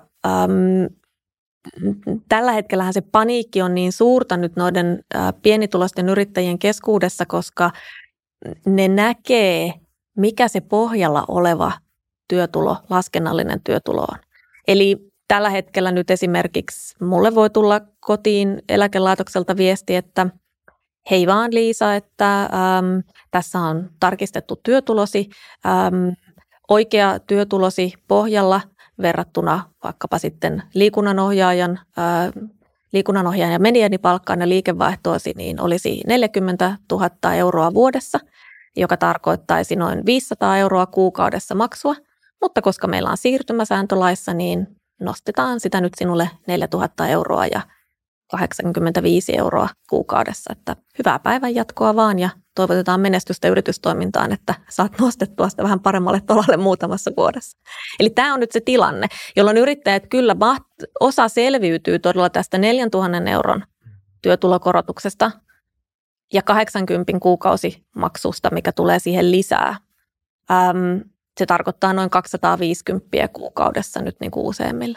tällä hetkellähän se paniikki on niin suurta nyt noiden pienituloisten yrittäjien keskuudessa, koska ne näkee, mikä se pohjalla oleva työtulo, laskennallinen työtulo on. Eli tällä hetkellä nyt esimerkiksi mulle voi tulla kotiin eläkelaitokselta viesti, että hei vaan Liisa, että tässä on tarkistettu työtulosi, oikea työtulosi pohjalla verrattuna vaikkapa sitten liikunnanohjaajan mediaanipalkkaan ja liikevaihtoosi, niin olisi 40 000 euroa vuodessa, joka tarkoittaisi noin 500 euroa kuukaudessa maksua, mutta koska meillä on siirtymäsääntölaissa, niin nostetaan sitä nyt sinulle 4 000 euroa ja 85 euroa kuukaudessa, että hyvää päivän jatkoa vaan ja toivotetaan menestystä yritystoimintaan, että saat nostettua sitä vähän paremmalle tolalle muutamassa vuodessa. Eli tämä on nyt se tilanne, jolloin yrittäjät kyllä osa selviytyy todella tästä 4 000 euron työtulokorotuksesta ja 80 kuukausimaksusta, mikä tulee siihen lisää. Se tarkoittaa noin 250 kuukaudessa nyt niin kuin useimmille.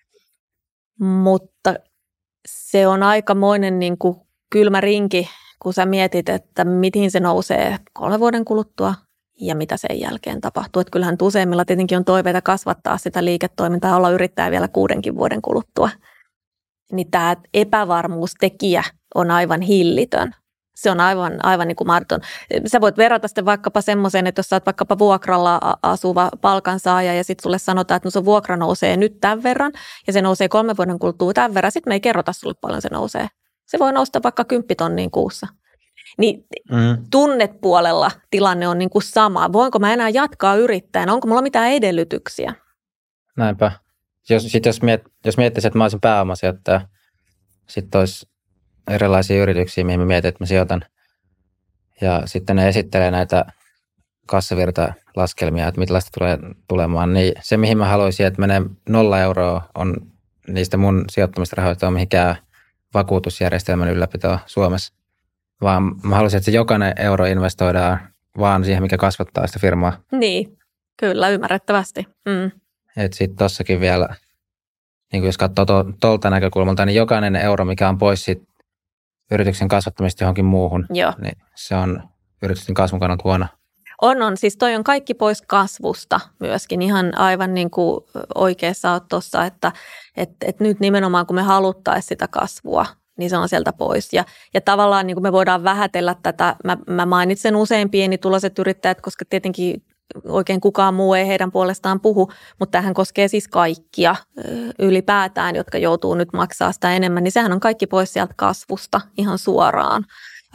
Mutta se on aikamoinen niin kuin kylmä rinki, kun sä mietit, että mihin se nousee 3 vuoden kuluttua ja mitä sen jälkeen tapahtuu. Että kyllähän useimmilla tietenkin on toiveita kasvattaa sitä liiketoimintaa ja olla yrittäjä vielä 6 vuoden kuluttua. Niin tämä epävarmuustekijä on aivan hillitön. Se on aivan niin kuin mahdoton. Sä voit verrata sitten vaikkapa semmoiseen, että jos sä oot vaikkapa vuokralla asuva palkansaaja ja sitten sulle sanotaan, että no sun vuokra nousee nyt tämän verran ja se nousee 3 vuoden kuluttua tämän verran, sitten me ei kerrota sulle paljon se nousee. Se voi nousta vaikka 10 000 kuussa. Niin tunnepuolella tilanne on niin kuin sama. Voinko mä enää jatkaa yrittäjänä? Onko mulla mitään edellytyksiä? Näinpä. Jos miettisi, että mä olisin pääomasijoittaja, sitten olisi erilaisia yrityksiä, mihin mä mietin, että mä sijoitan. Ja sitten ne esittelee näitä kassavirtalaskelmia, että millaista tulee tulemaan. Niin se, mihin mä haluaisin, että menee 0 euroa, on niistä mun sijoittamista rahoista on mihinkään vakuutusjärjestelmän ylläpitoa Suomessa. Vaan mä haluaisin, että se jokainen euro investoidaan vaan siihen, mikä kasvattaa sitä firmaa. Niin, kyllä, ymmärrettävästi. Että sitten tossakin vielä, niin jos katsoo tuolta näkökulmalta, niin jokainen euro, mikä on pois siitä yrityksen kasvattamista johonkin muuhun, niin se on yritysten kasvun kannalta huono. On. Siis on kaikki pois kasvusta myöskin. Ihan aivan niin kuin oikeassa olet tuossa, että nyt nimenomaan kun me haluttaisiin sitä kasvua, niin se on sieltä pois. Ja tavallaan niin kuin me voidaan vähätellä tätä, mä mainitsen usein pienituloiset yrittäjät, koska tietenkin oikein kukaan muu ei heidän puolestaan puhu, mutta tämähän koskee siis kaikkia ylipäätään, jotka joutuu nyt maksaa sitä enemmän, niin sehän on kaikki pois sieltä kasvusta ihan suoraan.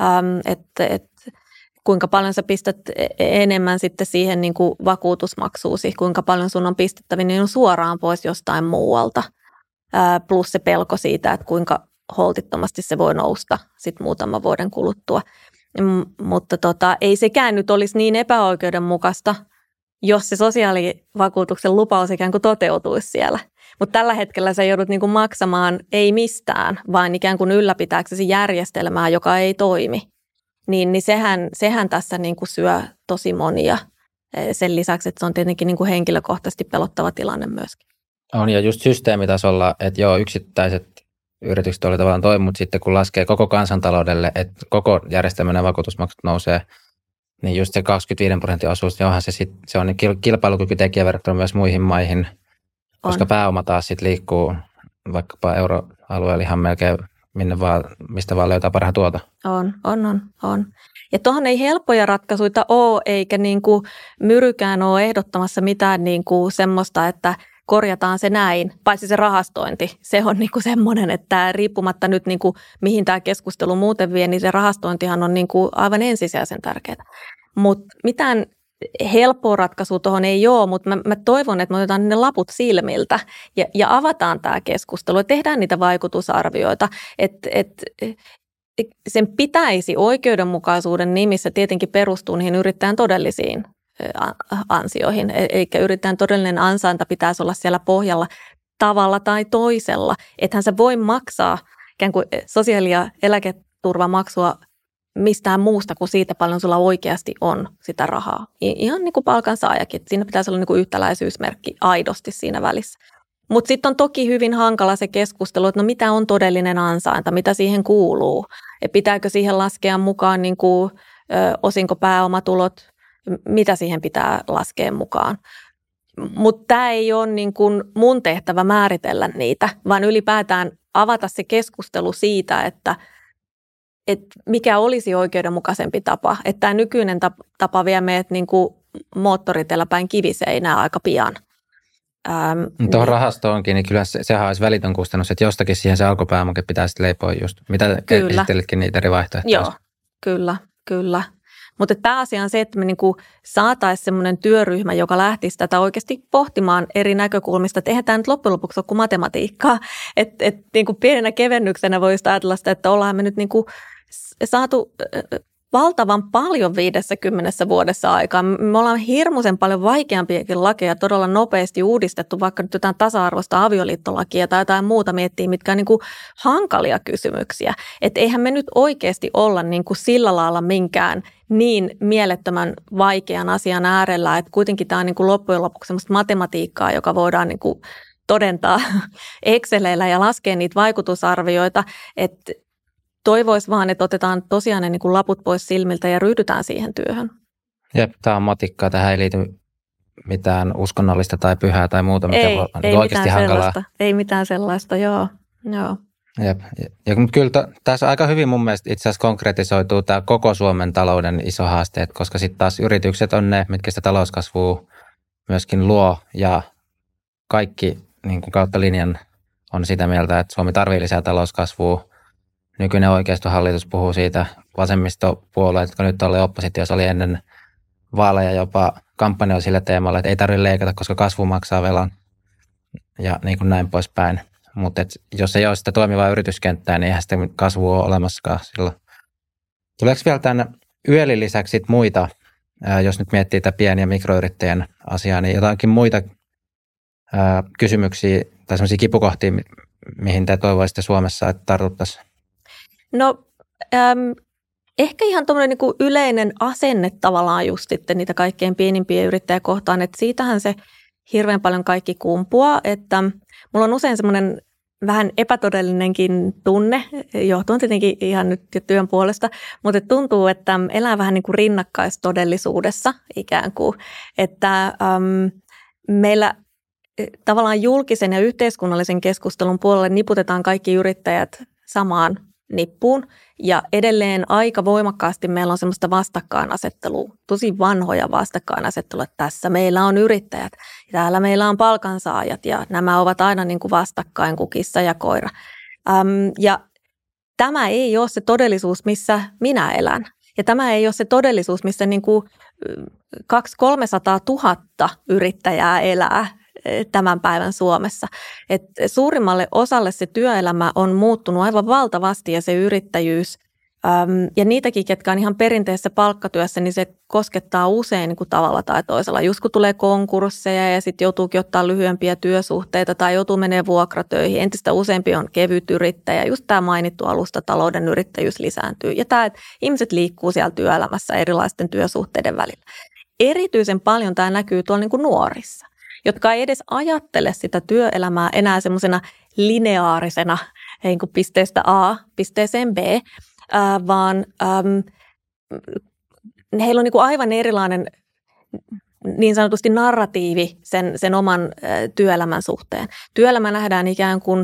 Kuinka paljon sä pistät enemmän sitten siihen niin kuin vakuutusmaksuusi, kuinka paljon sun on pistettävä, niin on suoraan pois jostain muualta. Plus se pelko siitä, että kuinka holtittomasti se voi nousta sitten muutaman vuoden kuluttua. Mutta ei sekään nyt olisi niin epäoikeudenmukaista, jos se sosiaalivakuutuksen lupaus ikään kuin toteutuisi siellä. Mutta tällä hetkellä sä joudut niin kuin maksamaan ei mistään, vaan ikään kuin ylläpitääksesi järjestelmää, joka ei toimi. niin sehän tässä niin kuin syö tosi monia. Sen lisäksi, että se on tietenkin niin kuin henkilökohtaisesti pelottava tilanne myöskin. On, ja just systeemitasolla, että joo, yksittäiset yritykset oli tavallaan toi, mutta sitten kun laskee koko kansantaloudelle, että koko järjestelmän vakuutusmaksut nousee, niin just se 25% osuus, niin se on kilpailukykytekijä verrattuna myös muihin maihin, koska pääoma taas sitten liikkuu vaikkapa euroalueella ihan melkein mistä vaan löytää parhaan tuota. On. Ja tuohon ei helppoja ratkaisuja ole, eikä niinku Myrykään ole ehdottamassa mitään niinku semmoista, että korjataan se näin, paitsi se rahastointi. Se on niinku semmoinen, että riippumatta nyt niinku, mihin tämä keskustelu muuten vie, niin se rahastointihan on niinku aivan ensisijaisen tärkeää. Mutta mitään helppoa ratkaisua tuohon ei ole, mutta mä toivon, että me otetaan ne laput silmiltä ja avataan tämä keskustelu ja tehdään niitä vaikutusarvioita, että sen pitäisi oikeudenmukaisuuden nimissä tietenkin perustua niihin yrittäjän todellisiin ansioihin, eikä yrittäjän todellinen ansainta pitäisi olla siellä pohjalla tavalla tai toisella. Ethän sä voi maksaa ikään kuin sosiaali- ja eläketurvamaksua mistään muusta kuin siitä paljon sulla oikeasti on sitä rahaa. Ihan niin kuin palkansaajakin. Siinä pitäisi olla niin kuin yhtäläisyysmerkki aidosti siinä välissä. Mutta sitten on toki hyvin hankala se keskustelu, että no mitä on todellinen ansainta, mitä siihen kuuluu. Et pitääkö siihen laskea mukaan niin kuin, osinkopääomatulot, mitä siihen pitää laskea mukaan. Mutta tämä ei ole niin kuin mun tehtävä määritellä niitä, vaan ylipäätään avata se keskustelu siitä, että mikä olisi oikeudenmukaisempi tapa. Että tämä nykyinen tapa vie meidät niin kuin moottoriteillä päin kiviseinää aika pian. Tuohon rahastoonkin, niin kyllä sehän olisi välitön kustannus, että jostakin siihen se alkupääomakin pitäisi leipoa just. Mitä esittelitkin niitä eri vaihtoehtoja? Joo, kyllä. Mutta pääasia on se, että me niinku saataisiin semmoinen työryhmä, joka lähtisi tätä oikeasti pohtimaan eri näkökulmista. Että eihän tämä nyt loppujen lopuksi ole kuin matematiikkaa. Että niinku pienenä kevennyksenä voisi ajatella sitä, että ollaan me nyt niinku saatu valtavan paljon 50 vuodessa aikaa. Me ollaan hirmuisen paljon vaikeampiakin lakeja todella nopeasti uudistettu, vaikka nyt jotain tasa-arvoista avioliittolakia tai jotain muuta miettii, mitkä on niin kuin hankalia kysymyksiä. Että eihän me nyt oikeasti olla niin kuin sillä lailla minkään niin mielettömän vaikean asian äärellä, että kuitenkin tämä on niin kuin loppujen lopuksi semmoista matematiikkaa, joka voidaan niin kuin todentaa Exceleillä ja laskea niitä vaikutusarvioita, että toivoisi vaan, että otetaan tosiaan ne niin kuin laput pois silmiltä ja ryhdytään siihen työhön. Jep, tämä on matikkaa. Tähän ei liity mitään uskonnollista tai pyhää tai muuta, mikä voi ei oikeasti hankalaa. Ei mitään sellaista, joo. Jep. Ja kyllä tässä aika hyvin mun mielestä itse asiassa konkretisoituu tämä koko Suomen talouden iso haaste, koska sitten taas yritykset on ne, mitkä sitä talouskasvua myöskin luo ja kaikki niin kuin kautta linjan on sitä mieltä, että Suomi tarvitsee lisää talouskasvua. Nykyinen oikeistohallitus puhuu siitä, vasemmistopuolueet, jotka nyt oli oppositiossa, oli ennen vaaleja jopa kampanjoilla sillä teemalla, että ei tarvitse leikata, koska kasvu maksaa velan ja niin kuin näin poispäin. Mutta jos ei ole sitä toimivaa yrityskenttää, niin eihän sitä kasvua ole olemassakaan silloin. Tuleeko vielä tämän YELin lisäksi muita, jos nyt miettii tätä pieni- ja mikroyrittäjän asiaa, niin jotakin muita kysymyksiä tai sellaisia kipukohtia, mihin te toivoisitte Suomessa, että tartuttaisiin? No ehkä ihan tuommoinen niin kuin yleinen asenne tavallaan just sitten niitä kaikkein pienimpiä yrittäjä kohtaan, että siitähän se hirveän paljon kaikki kumpuaa, että mulla on usein semmoinen vähän epätodellinenkin tunne, johtuen tietenkin ihan nyt työn puolesta, mutta tuntuu, että elää vähän niin kuin rinnakkaistodellisuudessa ikään kuin, että meillä tavallaan julkisen ja yhteiskunnallisen keskustelun puolelle niputetaan kaikki yrittäjät samaan nippuun ja edelleen aika voimakkaasti meillä on semmoista vastakkainasettelua, tosi vanhoja vastakkainasettelua, että tässä meillä on yrittäjät, täällä meillä on palkansaajat ja nämä ovat aina niin kuin vastakkain kuin kissa ja koira. Ja tämä ei ole se todellisuus, missä minä elän ja tämä ei ole se todellisuus, missä niin kuin 200-300 000 yrittäjää elää tämän päivän Suomessa. Et suurimmalle osalle se työelämä on muuttunut aivan valtavasti ja se yrittäjyys Ja niitäkin, ketkä on ihan perinteisessä palkkatyössä, niin se koskettaa usein niin kuin tavalla tai toisella. Just kun tulee konkursseja ja sitten joutuukin ottaa lyhyempiä työsuhteita tai joutuu menemään vuokratöihin. Entistä useampi on kevyt yrittäjä. Just tämä mainittu alustatalouden yrittäjyys lisääntyy. Ja tämä, että ihmiset liikkuu siellä työelämässä erilaisten työsuhteiden välillä. Erityisen paljon tämä näkyy tuolla niin kuin nuorissa, jotka ei edes ajattele sitä työelämää enää semmoisena lineaarisena niin kuin pisteestä A pisteeseen B, vaan heillä on niin kuin aivan erilainen niin sanotusti narratiivi sen oman työelämän suhteen. Työelämä nähdään ikään kuin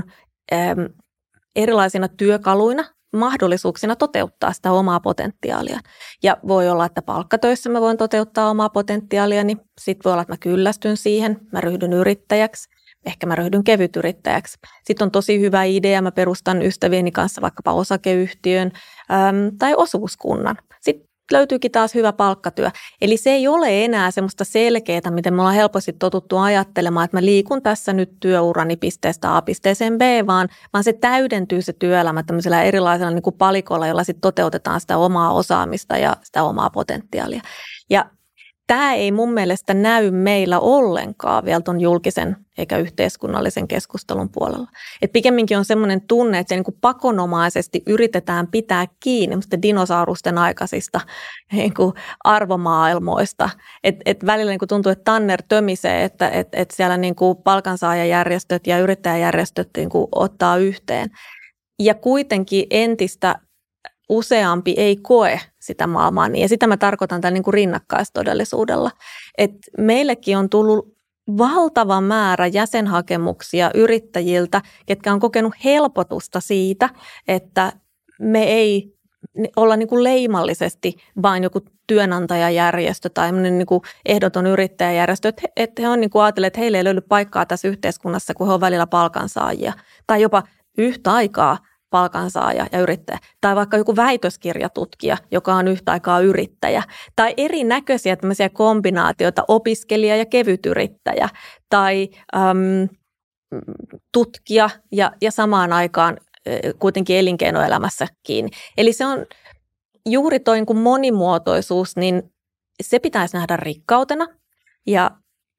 erilaisina työkaluina, mahdollisuuksina toteuttaa sitä omaa potentiaalia. Ja voi olla, että palkkatöissä mä voin toteuttaa omaa potentiaaliani. Sitten voi olla, että mä kyllästyn siihen, mä ryhdyn yrittäjäksi. Ehkä mä ryhdyn kevytyrittäjäksi. Sitten on tosi hyvä idea, mä perustan ystävieni kanssa vaikkapa osakeyhtiön tai osuuskunnan. Sitten löytyykin taas hyvä palkkatyö. Eli se ei ole enää semmoista selkeää, miten me ollaan helposti totuttu ajattelemaan, että mä liikun tässä nyt työurani pisteestä A pisteeseen B, vaan se täydentyy se työelämä tämmöisellä erilaisella niin kuin palikolla, jolla sitten toteutetaan sitä omaa osaamista ja sitä omaa potentiaalia. Ja tämä ei mun mielestä näy meillä ollenkaan vielä tuon julkisen eikä yhteiskunnallisen keskustelun puolella. Et pikemminkin on semmoinen tunne, että se niin kuin pakonomaisesti yritetään pitää kiinni dinosaurusten aikaisista niin kuin arvomaailmoista. Et välillä niin kuin tuntuu, että tanner tömisee, että siellä niin kuin palkansaajajärjestöt ja yrittäjäjärjestöt niin kuin ottaa yhteen. Ja kuitenkin entistä useampi ei koe sitä maailmaa niin. Ja sitä mä tarkoitan tällä niin kuin rinnakkaistodellisuudella. Että meillekin on tullut valtava määrä jäsenhakemuksia yrittäjiltä, ketkä on kokenut helpotusta siitä, että me ei olla niin kuin leimallisesti vain joku työnantajajärjestö tai niin kuin ehdoton yrittäjäjärjestö, että he on niin kuin ajatelleet, että heille ei löydy paikkaa tässä yhteiskunnassa, kun he on välillä palkansaajia tai jopa yhtä aikaa palkansaaja ja yrittäjä, tai vaikka joku väitöskirjatutkija, joka on yhtä aikaa yrittäjä, tai erinäköisiä tämmöisiä kombinaatioita, opiskelija ja kevytyrittäjä, tai tutkija ja samaan aikaan kuitenkin elinkeinoelämässä kiinni. Eli se on juuri toi niin kuin monimuotoisuus, niin se pitäisi nähdä rikkautena, ja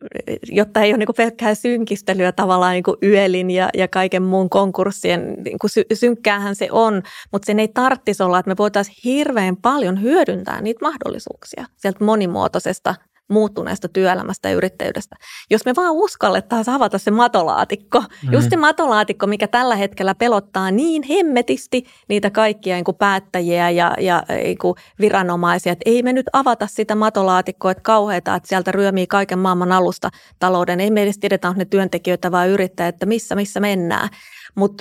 jotta ei ole niin kuin pelkkää synkistelyä tavallaan niin kuin YELin ja kaiken muun konkurssien, niin kuin synkkäähän se on, mutta sen ei tarvitsisi olla, että me voitaisiin hirveän paljon hyödyntää niitä mahdollisuuksia sieltä monimuotoisesta muuttuneesta työelämästä ja yrittäjyydestä. Jos me vaan uskallettaisiin avata se matolaatikko, just se matolaatikko, mikä tällä hetkellä pelottaa niin hemmetisti niitä kaikkia niin kuin päättäjiä ja niin kuin viranomaisia, että ei me nyt avata sitä matolaatikkoa, että kauheita, että sieltä ryömii kaiken maailman alusta talouden. Ei me edes tiedetä, onko ne työntekijöitä vai yrittäjät, että missä mennään. Mutta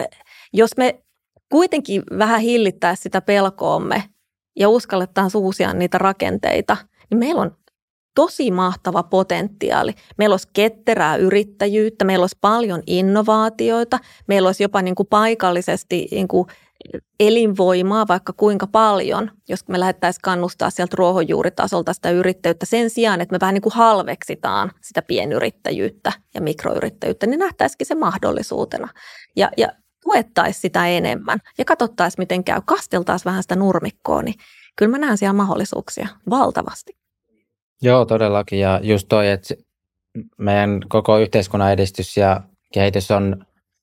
jos me kuitenkin vähän hillittäisiin sitä pelkoomme ja uskallettaisiin uusia niitä rakenteita, niin meillä on tosi mahtava potentiaali. Meillä olisi ketterää yrittäjyyttä, meillä olisi paljon innovaatioita, meillä olisi jopa niin kuin paikallisesti niin kuin elinvoimaa vaikka kuinka paljon, jos me lähdettäisiin kannustaa sieltä ruohonjuuritasolta sitä yrittäjyyttä sen sijaan, että me vähän niin kuin halveksitaan sitä pienyrittäjyyttä ja mikroyrittäjyyttä, niin nähtäisikin se mahdollisuutena ja tuettaisiin sitä enemmän ja katsottaisiin miten käy, kasteltaisiin vähän sitä nurmikkoa, niin kyllä mä näen siellä mahdollisuuksia valtavasti. Joo, todellakin. Ja just toi, että meidän koko yhteiskunnan edistys ja kehitys on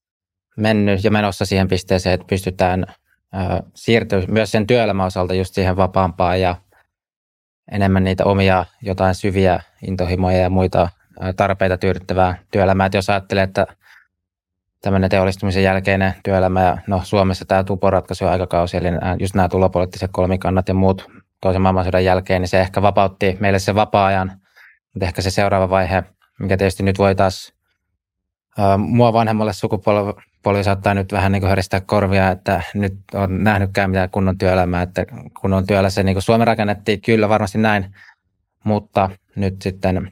mennyt ja menossa siihen pisteeseen, että pystytään siirtyä myös sen työelämän osalta just siihen vapaampaan ja enemmän niitä omia jotain syviä intohimoja ja muita tarpeita tyydyttävää työelämää. Että jos ajattelee, että tämmöinen teollistumisen jälkeinen työelämä ja no Suomessa tämä tuporatkaisu aikakausi, eli just nämä tulopoliittiset kolmikannat ja muut toisen maailmansodan jälkeen, niin se ehkä vapautti meille sen vapaa-ajan, mutta ehkä se seuraava vaihe, mikä tietysti nyt voi taas mua vanhemmalle sukupolvi saattaa nyt vähän niin kuin höristää korvia, että nyt on nähnytkään mitään kunnon työelämää, että kunnon työelämässä niin kuin Suomi rakennettiin, kyllä varmasti näin, mutta nyt sitten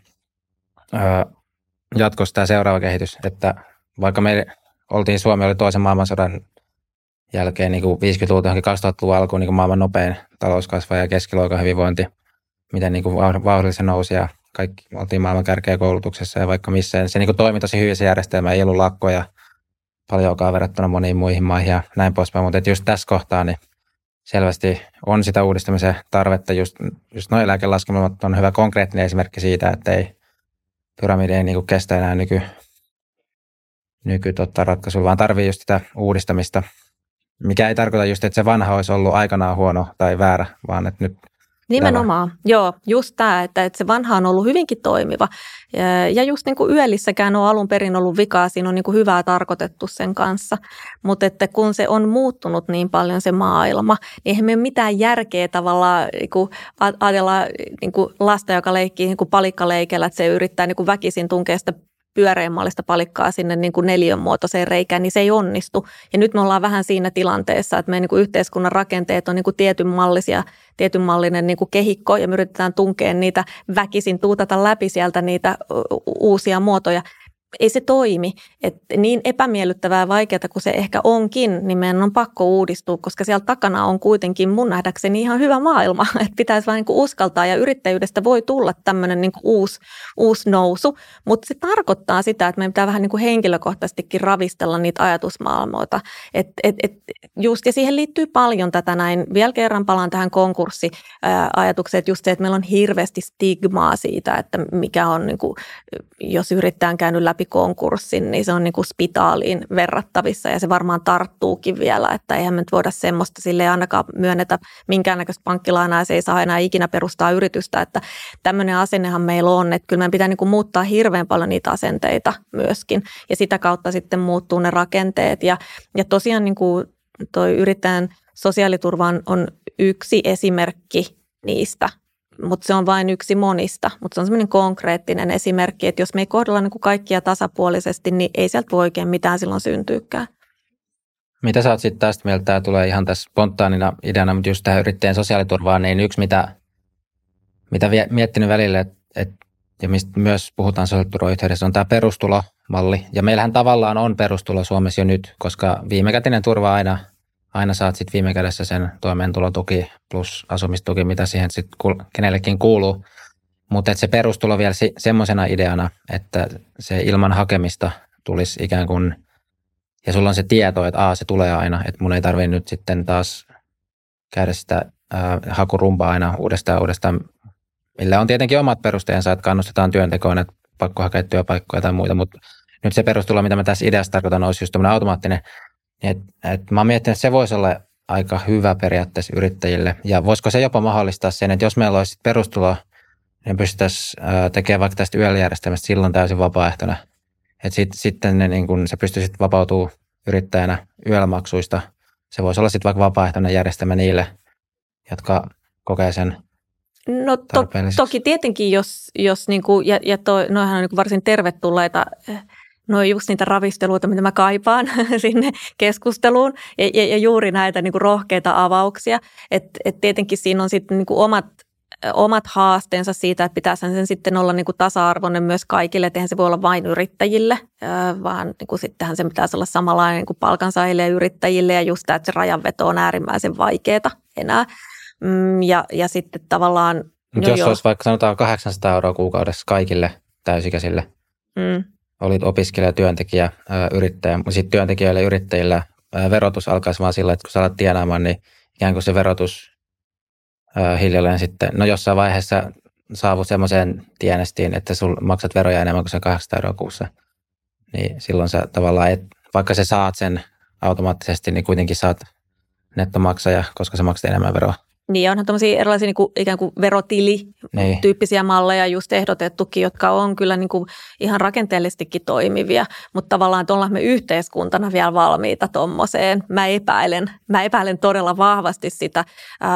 jatkossa tämä seuraava kehitys, että vaikka me Suomi oli toisen maailmansodan jälkeen niin kuin 50-luvulta johonkin 2000-luvun alkuun niin kuin maailman nopein talouskasva ja keskiluokan hyvinvointi, miten niin kuin vauhdilla se nousi ja kaikki oltiin maailman kärkeä koulutuksessa ja vaikka missä. Se niin kuin toimi tosi hyvin se järjestelmä, ei ollut lakkoja paljonkaan verrattuna moniin muihin maihin ja näin poispäin, mutta just tässä kohtaa niin selvästi on sitä uudistamisen tarvetta. Just nuo eläkelaskelmat on hyvä konkreettinen esimerkki siitä, että pyramidi ei niin kuin kestä enää ratkaisulla, vaan tarvii just sitä uudistamista, mikä ei tarkoita just, että se vanha olisi ollut aikanaan huono tai väärä, vaan että nyt nimenomaan, joo, just tämä, että se vanha on ollut hyvinkin toimiva ja just niin kuin YELissäkään on alun perin ollut vikaa, siinä on niin kuin hyvää tarkoitettu sen kanssa, mutta että kun se on muuttunut niin paljon se maailma, niin eihän me ole mitään järkeä tavallaan niin kuin ajatella niin kuin lasta, joka leikkii niin kuin palikkaleikellä, että se yrittää niin kuin väkisin tunkea sitä pyöreämallista palikkaa sinne niin kuin neliön muotoiseen reikään, niin se ei onnistu. Ja nyt me ollaan vähän siinä tilanteessa, että meidän niin kuin yhteiskunnan rakenteet on niin kuin tietynmallinen niin kuin kehikko, ja me yritetään tunkea niitä väkisin, tuutata läpi sieltä niitä uusia muotoja. Ei se toimi. Että niin epämiellyttävää ja vaikeaa kuin se ehkä onkin, niin meidän on pakko uudistua, koska siellä takana on kuitenkin mun nähdäkseni ihan hyvä maailma. Että pitäisi vaan niin kuin uskaltaa, ja yrittäjyydestä voi tulla tämmöinen niin kuin uusi nousu, mutta se tarkoittaa sitä, että meidän pitää vähän niin kuin henkilökohtaisestikin ravistella niitä ajatusmaailmoita. Ja siihen liittyy paljon tätä näin. Vielä kerran palaan tähän konkurssiajatukseen, että just se, että meillä on hirveästi stigmaa siitä, että mikä on, niin kuin, jos yrittäjä on käynyt läpi konkurssin, niin se on niin kuin spitaaliin verrattavissa, ja se varmaan tarttuukin vielä, että eihän me nyt voida semmoista, sille ei ainakaan myönnetä minkäännäköistä pankkilainaa, ja se ei saa enää ikinä perustaa yritystä, että tämmöinen asennehan meillä on, että kyllä meidän pitää niin kuin muuttaa hirveän paljon niitä asenteita myöskin, ja sitä kautta sitten muuttuu ne rakenteet, ja tosiaan niin kuin toi yrittäjän sosiaaliturva on yksi esimerkki niistä, mutta se on vain yksi monista, mutta se on semmoinen konkreettinen esimerkki, että jos me ei kohdella niin kuin kaikkia tasapuolisesti, niin ei sieltä voi oikein mitään silloin syntyykään. Mitä sä oot sitten tästä mieltä? Tämä tulee ihan tässä spontaanina ideana, mutta just tähän yrittäjän sosiaaliturvaan, niin yksi mitä miettinyt välillä, ja mistä myös puhutaan sosiaaliturvan yhteydessä, on tämä perustulomalli. Ja meillähän tavallaan on perustulo Suomessa jo nyt, koska viimekätinen turva aina saat sitten viime kädessä sen toimeentulotuki plus asumistuki, mitä siihen sitten kenellekin kuuluu. Mutta se perustulo vielä semmoisena ideana, että se ilman hakemista tulisi ikään kuin, ja sulla on se tieto, että se tulee aina, että mun ei tarvitse nyt sitten taas käydä sitä hakurumpaa aina uudestaan, millä on tietenkin omat perusteensa, että kannustetaan työntekoon, että pakko hakea työpaikkoja tai muita, mutta nyt se perustulo, mitä mä tässä ideassa tarkoitan, olisi just tämmöinen automaattinen. Mä oon miettinyt, että se voisi olla aika hyvä periaatteessa yrittäjille. Ja voisiko se jopa mahdollistaa sen, että jos meillä olisi perustulo, niin pystyttäisiin tekemään vaikka tästä YEL-järjestelmästä silloin täysin vapaaehtoina. Että sitten niin kun se pystyisi vapautumaan yrittäjänä YEL-maksuista. Se voisi olla sitten vaikka vapaaehtoinen järjestelmä niille, jotka kokee sen toki tietenkin, jos niinku, noihän on niinku varsin tervetulleita. No just niitä ravisteluita, mitä mä kaipaan sinne keskusteluun ja juuri näitä niin kuin rohkeita avauksia. Et tietenkin siinä on sitten niin kuin omat haasteensa siitä, että pitäisi sen sitten olla niin kuin tasa-arvoinen myös kaikille. Et eihän se voi olla vain yrittäjille, vaan niin kuin sittenhän se pitäisi olla samanlainen niin kuin palkansaajille ja yrittäjille, ja just tämä, että se rajanveto on äärimmäisen vaikeaa enää. Ja sitten tavallaan... Jos olisi vaikka sanotaan 800 € kuukaudessa kaikille täysikäisille, olit opiskelija, työntekijä, yrittäjä, mutta sitten työntekijöillä ja yrittäjillä verotus alkaisi vaan sillä, että kun sä alat tienaamaan, niin ikään kuin se verotus hiljalleen sitten, no jossain vaiheessa saavut semmoiseen tienestiin, että sul maksat veroja enemmän kuin se 800 € kuussa, niin silloin sä tavallaan, vaikka sä saat sen automaattisesti, niin kuitenkin saat nettomaksaja, koska sä maksat enemmän veroa. Niin, onhan tämmöisiä erilaisia niin kuin, ikään kuin verotili-tyyppisiä malleja just ehdotettukin, jotka on kyllä niin kuin ihan rakenteellisestikin toimivia, mutta tavallaan, että ollaan me yhteiskuntana vielä valmiita tommoseen. Mä epäilen todella vahvasti sitä,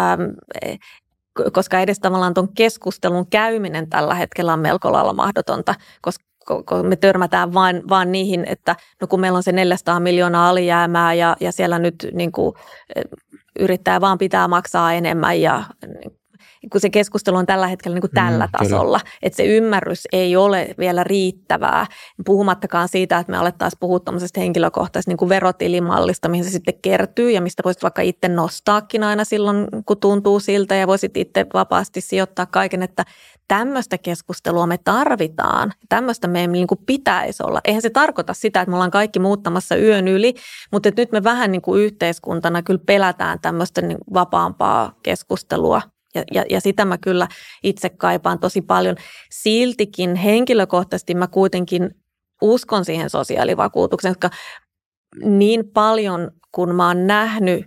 koska edes tavallaan ton keskustelun käyminen tällä hetkellä on melko lailla mahdotonta, koska me törmätään vaan niihin, että no kun meillä on se 400 miljoonaa alijäämää ja siellä nyt niin kuin yrittäjä vaan pitää maksaa enemmän, ja kun se keskustelu on tällä hetkellä niin kuin tällä tasolla, että se ymmärrys ei ole vielä riittävää, puhumattakaan siitä, että me alettaisiin puhua tämmöisestä henkilökohtaisesta niin kuin verotilimallista, mihin se sitten kertyy ja mistä voisit vaikka itse nostaakin aina silloin, kun tuntuu siltä, ja voisit itse vapaasti sijoittaa kaiken, että tämmöistä keskustelua me tarvitaan, tämmöistä meidän niin kuin pitäisi olla. Eihän se tarkoita sitä, että me ollaan kaikki muuttamassa yön yli, mutta nyt me vähän niin kuin yhteiskuntana kyllä pelätään tämmöistä niin vapaampaa keskustelua. Ja sitä mä kyllä itse kaipaan tosi paljon. Siltikin henkilökohtaisesti mä kuitenkin uskon siihen sosiaalivakuutukseen, koska niin paljon kun mä oon nähnyt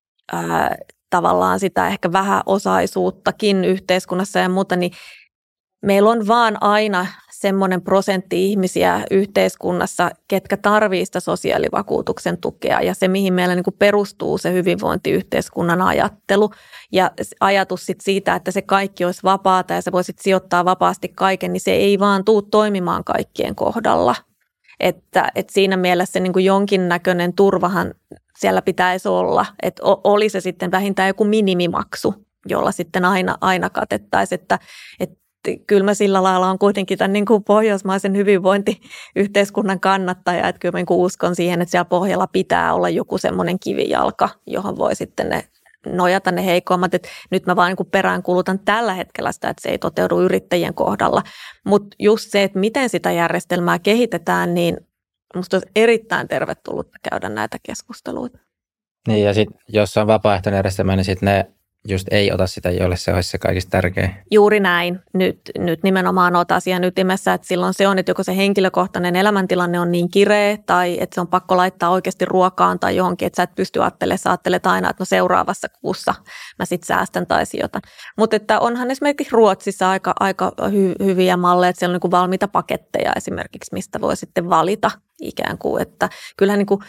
tavallaan sitä ehkä vähäosaisuuttakin yhteiskunnassa ja muuta, niin meillä on vaan aina semmoinen prosentti ihmisiä yhteiskunnassa, ketkä tarvitsee sitä sosiaalivakuutuksen tukea ja se, mihin meillä niin kuin perustuu se hyvinvointiyhteiskunnan ajattelu ja ajatus sit siitä, että se kaikki olisi vapaata ja sä voisit sijoittaa vapaasti kaiken, niin se ei vaan tule toimimaan kaikkien kohdalla. Että siinä mielessä niin kuin jonkinnäköinen turvahan siellä pitäisi olla, että oli se sitten vähintään joku minimimaksu, jolla sitten aina katettaisiin, että kyllä mä sillä lailla on kuitenkin tämän niin kuin pohjoismaisen hyvinvointiyhteiskunnan kannattaja, että kyllä mä niin kuin uskon siihen, että siellä pohjalla pitää olla joku semmoinen kivijalka, johon voi sitten nojata ne heikommat. Että nyt mä vaan niin kuin peräänkulutan tällä hetkellä sitä, että se ei toteudu yrittäjien kohdalla. Mutta just se, että miten sitä järjestelmää kehitetään, niin musta olisi erittäin tervetullutta käydä näitä keskusteluita. Niin ja sitten jos on vapaaehtoinen järjestelmä, niin sitten ne just ei ota sitä, jolle se olisi se kaikista tärkein. Juuri näin. Nyt nimenomaan olet asian ytimessä, että silloin se on, että joko se henkilökohtainen elämäntilanne on niin kireä tai että se on pakko laittaa oikeasti ruokaan tai johonkin, että sä et pysty ajattelemaan, sä ajattelet aina, että no seuraavassa kuussa mä sitten säästän tai sijoitan. Mutta että onhan esimerkiksi Ruotsissa aika hyviä malleja, että siellä on niin kuin valmiita paketteja esimerkiksi, mistä voi sitten valita ikään kuin, että kyllähän niin kuin,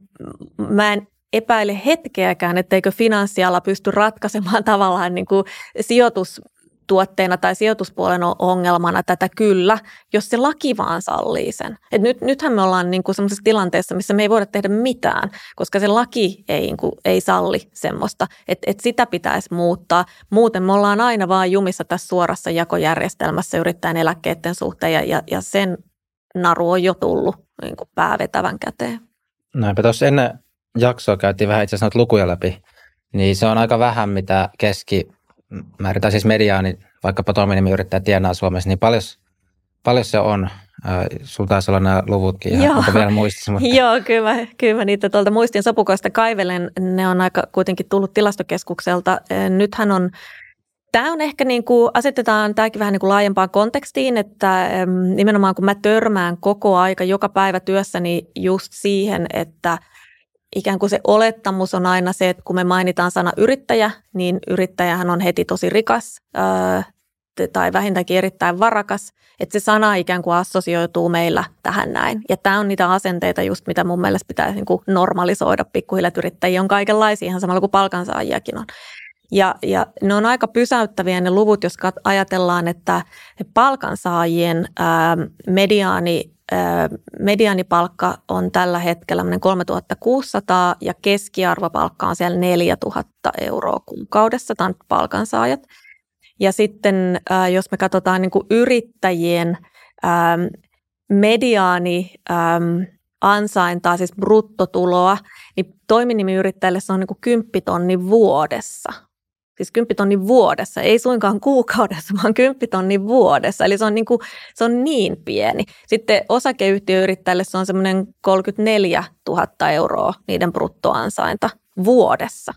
mä en epäile hetkeäkään, etteikö finanssiala pysty ratkaisemaan tavallaan niin kuin sijoitustuotteena tai sijoituspuolen ongelmana tätä kyllä, jos se laki vaan sallii sen. Et nythän me ollaan niin kuin semmoisessa tilanteessa, missä me ei voida tehdä mitään, koska se laki ei salli semmoista, että sitä pitäisi muuttaa. Muuten me ollaan aina vaan jumissa tässä suorassa jakojärjestelmässä yrittäen eläkkeiden suhteen ja sen naru on jo tullut niin kuin päävetävän käteen. Näinpä tuossa ennen jaksoa käytiin vähän itse asiassa noita lukuja läpi, niin se on aika vähän, mitä keskimäärin, tai siis mediaani, vaikkapa toiminimiyrittäjä tienaa Suomessa, niin paljon se on. Sulla taisi olla nämä luvutkin ihan, onko vielä muistissa? Mutta... Joo, kyllä mä niitä tuolta muistin sopukoista kaivelen. Ne on aika kuitenkin tullut tilastokeskukselta. Nythän on, tämä on ehkä niin kuin, asetetaan tämäkin vähän niin kuin laajempaan kontekstiin, että nimenomaan kun mä törmään koko aika joka päivä työssäni just siihen, että ikään kuin se olettamus on aina se, että kun me mainitaan sana yrittäjä, niin yrittäjähän on heti tosi rikas tai vähintäänkin erittäin varakas, että se sana ikään kuin assosioituu meillä tähän näin. Ja tämä on niitä asenteita just, mitä mun mielestä pitäisi niin kuin normalisoida pikkuhiljaa, että yrittäjiä on kaikenlaisia ihan samalla kuin palkansaajiakin on. Ja ne on aika pysäyttäviä ne luvut, jos ajatellaan, että palkansaajien mediaanipalkka on tällä hetkellä 3600 ja keskiarvopalkka on siellä 4000 euroa kuukaudessa, tämä on palkansaajat. Ja sitten jos me katsotaan niin kuin yrittäjien ansaintaa, siis bruttotuloa, niin toiminimiyrittäjille se on niin kuin 10 000 vuodessa. Siis 10 000 vuodessa, ei suinkaan kuukaudessa, vaan 10 000 vuodessa. Eli se on niin pieni. Sitten osakeyhtiöyrittäjille se on semmoinen 34 000 euroa niiden bruttoansainta vuodessa.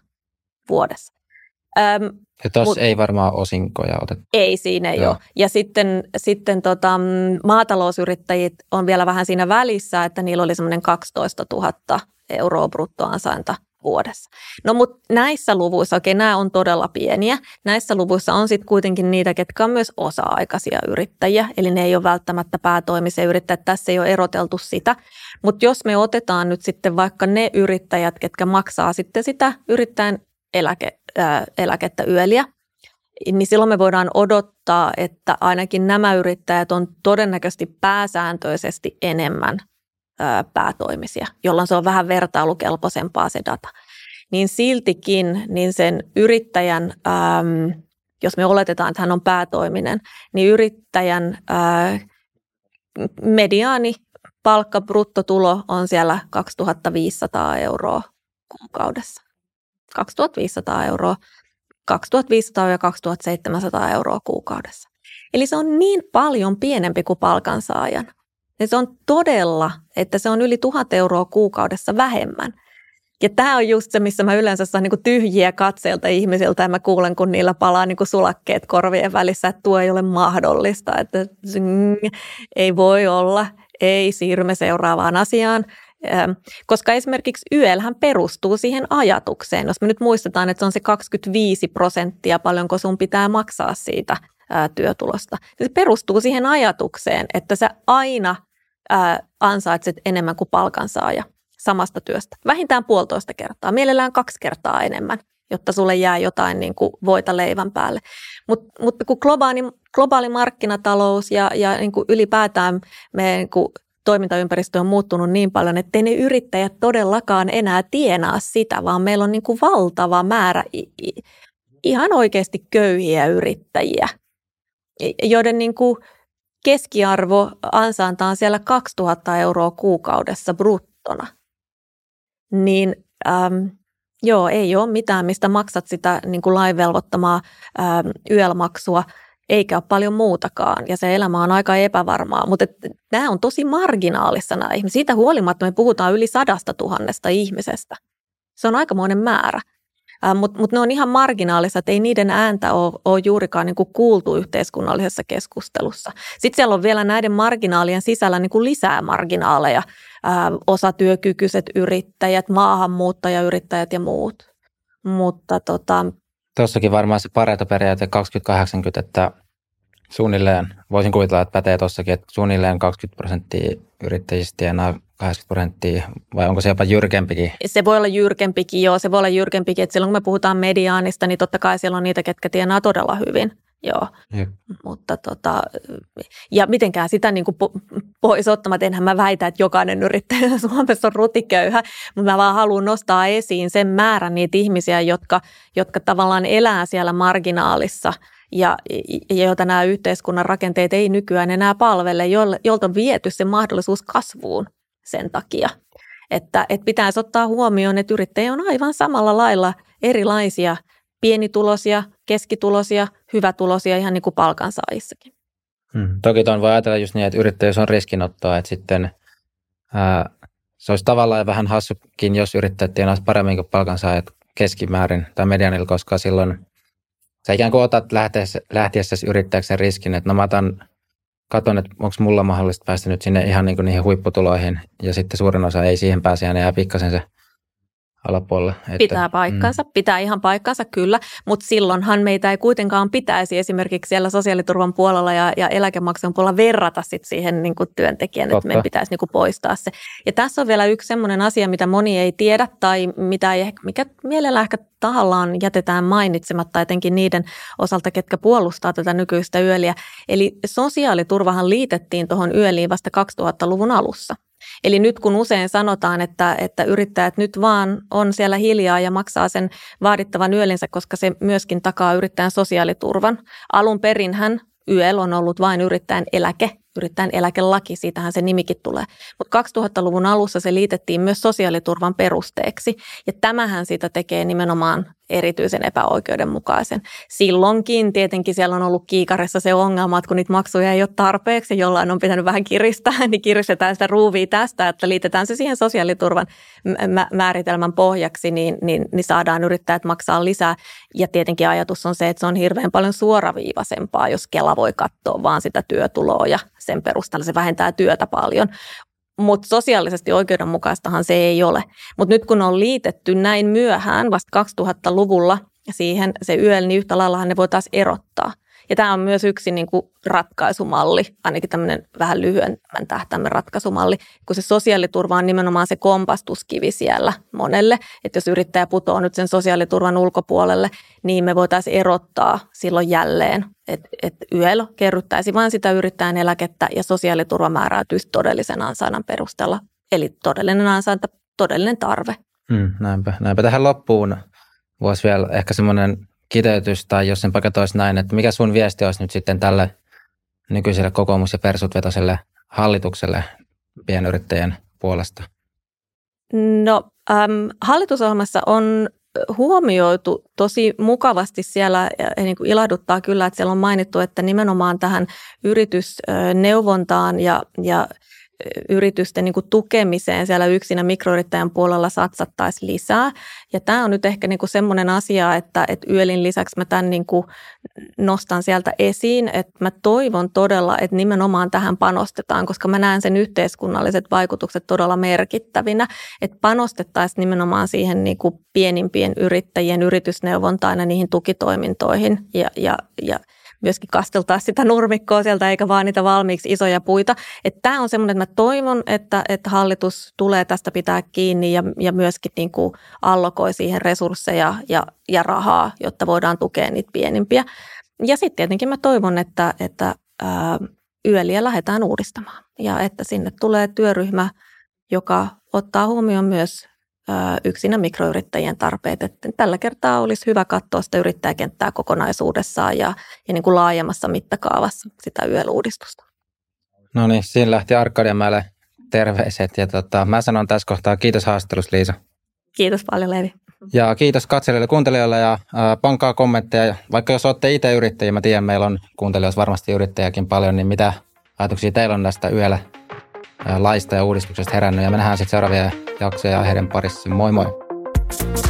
Ja tuossa ei varmaan osinkoja oteta. Ei, siinä ei ole. Ja sitten maatalousyrittäjät on vielä vähän siinä välissä, että niillä oli semmoinen 12 000 euroa bruttoansainta vuodessa. No mutta näissä luvuissa, nämä on todella pieniä. Näissä luvuissa on sitten kuitenkin niitä, ketkä on myös osa-aikaisia yrittäjiä, eli ne ei ole välttämättä päätoimisia yrittäjiä. Tässä ei ole eroteltu sitä. Mutta jos me otetaan nyt sitten vaikka ne yrittäjät, ketkä maksaa sitten sitä yrittäjän eläkettä YELiä, niin silloin me voidaan odottaa, että ainakin nämä yrittäjät on todennäköisesti pääsääntöisesti enemmän päätoimisia, jolloin se on vähän vertailukelpoisempaa se data. Niin siltikin niin sen yrittäjän, jos me oletetaan, että hän on päätoiminen, niin yrittäjän mediaani palkka bruttotulo on siellä 2500 euroa kuukaudessa. 2500 euroa, 2500 ja 2700 euroa kuukaudessa. Eli se on niin paljon pienempi kuin palkansaajan. Ja se on todella, että se on yli 1 000 € kuukaudessa vähemmän. Ja tämä on just se, missä mä yleensä saan niin kuin tyhjiä katseilta ihmisiltä ja mä kuulen, kun niillä palaa niin kuin sulakkeet korvien välissä, että tuo ei ole mahdollista, että ei voi olla, ei siirrymme seuraavaan asiaan. Koska esimerkiksi YELhän perustuu siihen ajatukseen, jos me nyt muistetaan, että se on se 25%, paljonko sun pitää maksaa siitä työtulosta. Se perustuu siihen ajatukseen, että sä aina ansaitset enemmän kuin palkansaaja samasta työstä. Vähintään 1,5 kertaa, mielellään 2 kertaa enemmän, jotta sulle jää jotain niin kuin voita leivän päälle. Mutta kun globaali markkinatalous ja niin kuin ylipäätään meidän niin kuin toimintaympäristö on muuttunut niin paljon, että ei ne yrittäjät todellakaan enää tienaa sitä, vaan meillä on niin kuin valtava määrä ihan oikeasti köyhiä yrittäjiä, joiden niin kuin keskiarvo ansainta on siellä 2 000 € kuukaudessa bruttona. Niin ei ole mitään, mistä maksat sitä niin kuin lain velvoittamaa YEL-maksua, eikä ole paljon muutakaan, ja se elämä on aika epävarmaa, mutta nämä on tosi marginaalissa nämä ihmiset. Siitä huolimatta me puhutaan yli 100 000 ihmisestä. Se on aikamoinen määrä, mutta ne on ihan marginaalissa, että ei niiden ääntä ole juurikaan niin kuin kuultu yhteiskunnallisessa keskustelussa. Sitten siellä on vielä näiden marginaalien sisällä niin kuin lisää marginaaleja, osatyökykyiset yrittäjät, maahanmuuttajayrittäjät ja muut, mutta Tuossakin varmaan se Pareto-periaate 20-80, että suunnilleen, voisin kuvitella, että pätee tuossakin, että suunnilleen 20% yrittäjistä tienaa 80%, vai onko se jopa jyrkempikin? Se voi olla jyrkempikin, joo, se voi olla jyrkempikin, että silloin kun me puhutaan mediaanista, niin totta kai siellä on niitä, ketkä tienaa todella hyvin, joo. Mutta ja mitenkään sitä niin kuin pois ottamatta, enhän mä väitä, että jokainen yrittäjä Suomessa on rutiköyhä, mutta mä vaan haluan nostaa esiin sen määrän niitä ihmisiä, jotka tavallaan elää siellä marginaalissa ja joita nämä yhteiskunnan rakenteet ei nykyään enää palvele, jolta on viety se mahdollisuus kasvuun sen takia. Että pitäisi ottaa huomioon, että yrittäjä on aivan samalla lailla erilaisia, pienituloisia, keskituloisia, hyvätuloisia, ihan niin kuin palkansaajissakin. Toki tuon voi ajatella just niin, että yrittäjyys on riskinottoa, että sitten se olisi tavallaan vähän hassukin, jos yrittäjät tienaisi paremmin kuin palkansaajat keskimäärin tai medianilla, koska silloin sä ikään kuin otat lähtiessäsi yrittäjäksi sen riskin, että no mä katon, että onko mulla mahdollista päästä nyt sinne ihan niin kuin niihin huipputuloihin, ja sitten suurin osa ei siihen pääse, ja ne jää pikkasen se alapuolelle. Pitää paikkansa, pitää ihan paikkansa kyllä, mutta silloinhan meitä ei kuitenkaan pitäisi esimerkiksi siellä sosiaaliturvan puolella ja eläkemaksun puolella verrata sit siihen niin kuin työntekijän, että meidän pitäisi niin kuin poistaa se. Ja tässä on vielä yksi semmoinen asia, mitä moni ei tiedä tai mikä mielellä ehkä tahallaan jätetään mainitsematta, etenkin niiden osalta, ketkä puolustaa tätä nykyistä YELiä. Eli sosiaaliturvahan liitettiin tuohon YELiin vasta 2000-luvun alussa. Eli nyt kun usein sanotaan, että yrittäjät nyt vaan on siellä hiljaa ja maksaa sen vaadittavan YELinsä, koska se myöskin takaa yrittäjän sosiaaliturvan. Alun perinhän YEL on ollut vain yrittäjän eläkelaki, siitähän se nimikin tulee. Mutta 2000-luvun alussa se liitettiin myös sosiaaliturvan perusteeksi, ja tämähän siitä tekee nimenomaan erityisen epäoikeudenmukaisen. Silloinkin tietenkin siellä on ollut kiikarissa se ongelma, että kun niitä maksuja ei ole tarpeeksi, jollain on pitänyt vähän kiristää, niin kiristetään sitä ruuvia tästä, että liitetään se siihen sosiaaliturvan määritelmän pohjaksi, niin saadaan yrittäjät maksaa lisää. Ja tietenkin ajatus on se, että se on hirveän paljon suoraviivaisempaa, jos Kela voi katsoa vaan sitä työtuloa ja sen perusteella se vähentää työtä paljon. Mutta sosiaalisesti oikeudenmukaistahan se ei ole. Mutta nyt kun on liitetty näin myöhään, vasta 2000-luvulla siihen se YEL, niin yhtä laillahan ne voitaisiin erottaa. Ja tämä on myös yksi niin kuin ratkaisumalli, ainakin tämmöinen vähän lyhyemmän tähtäimen ratkaisumalli, kun se sosiaaliturva on nimenomaan se kompastuskivi siellä monelle. Että jos yrittäjä putoaa nyt sen sosiaaliturvan ulkopuolelle, niin me voitaisiin erottaa silloin jälleen, että YEL kerryttäisi vain sitä yrittäjän eläkettä ja sosiaaliturva määräytyisi todellisen ansainnan perusteella. Eli todellinen ansainta, todellinen tarve. Näinpä tähän loppuun voisi vielä ehkä semmoinen kiteytys, tai jos sen paketoisi näin, että mikä sun viesti olisi nyt sitten tälle nykyiselle kokoomus- ja persut-vetoiselle hallitukselle pienyrittäjien puolesta? No, hallitusohjelmassa on huomioitu tosi mukavasti siellä ja niin kuin ilahduttaa kyllä, että siellä on mainittu, että nimenomaan tähän yritysneuvontaan ja yritysten niin kuin tukemiseen siellä yksinä mikroyrittäjän puolella satsattaisiin lisää. Ja tämä on nyt ehkä niin kuin semmoinen asia, että YELin lisäksi mä tämän niin kuin nostan sieltä esiin, että mä toivon todella, että nimenomaan tähän panostetaan, koska mä näen sen yhteiskunnalliset vaikutukset todella merkittävinä, että panostettaisiin nimenomaan siihen niin kuin pienimpien yrittäjien yritysneuvontaan ja niihin tukitoimintoihin ja myöskin kasteltaa sitä nurmikkoa sieltä, eikä vaan niitä valmiiksi isoja puita. Tämä on semmoinen, että mä toivon, että hallitus tulee tästä pitää kiinni ja myöskin niin kuin allokoi siihen resursseja ja rahaa, jotta voidaan tukea niitä pienimpiä. Ja sitten tietenkin mä toivon, että YELiä lähdetään uudistamaan ja että sinne tulee työryhmä, joka ottaa huomioon myös yksinä mikroyrittäjien tarpeet. Että tällä kertaa olisi hyvä katsoa sitä yrittäjäkenttää kokonaisuudessaan ja niin kuin laajemmassa mittakaavassa sitä YEL-uudistusta. No niin, siinä lähti Arkadianmäelle terveiset ja mä sanon tässä kohtaa kiitos haastattelusta, Liisa. Kiitos paljon, Leevi. Ja kiitos katselijoille ja kuuntelijoille ja pankaa kommentteja. Vaikka jos olette itse yrittäjiä, mä tiedän, meillä on kuuntelijoissa varmasti yrittäjäkin paljon, niin mitä ajatuksia teillä on tästä YEL-laista ja uudistuksesta herännyt. Ja me nähdään sitten seuraavia jaksoja aiheiden parissa. Moi moi!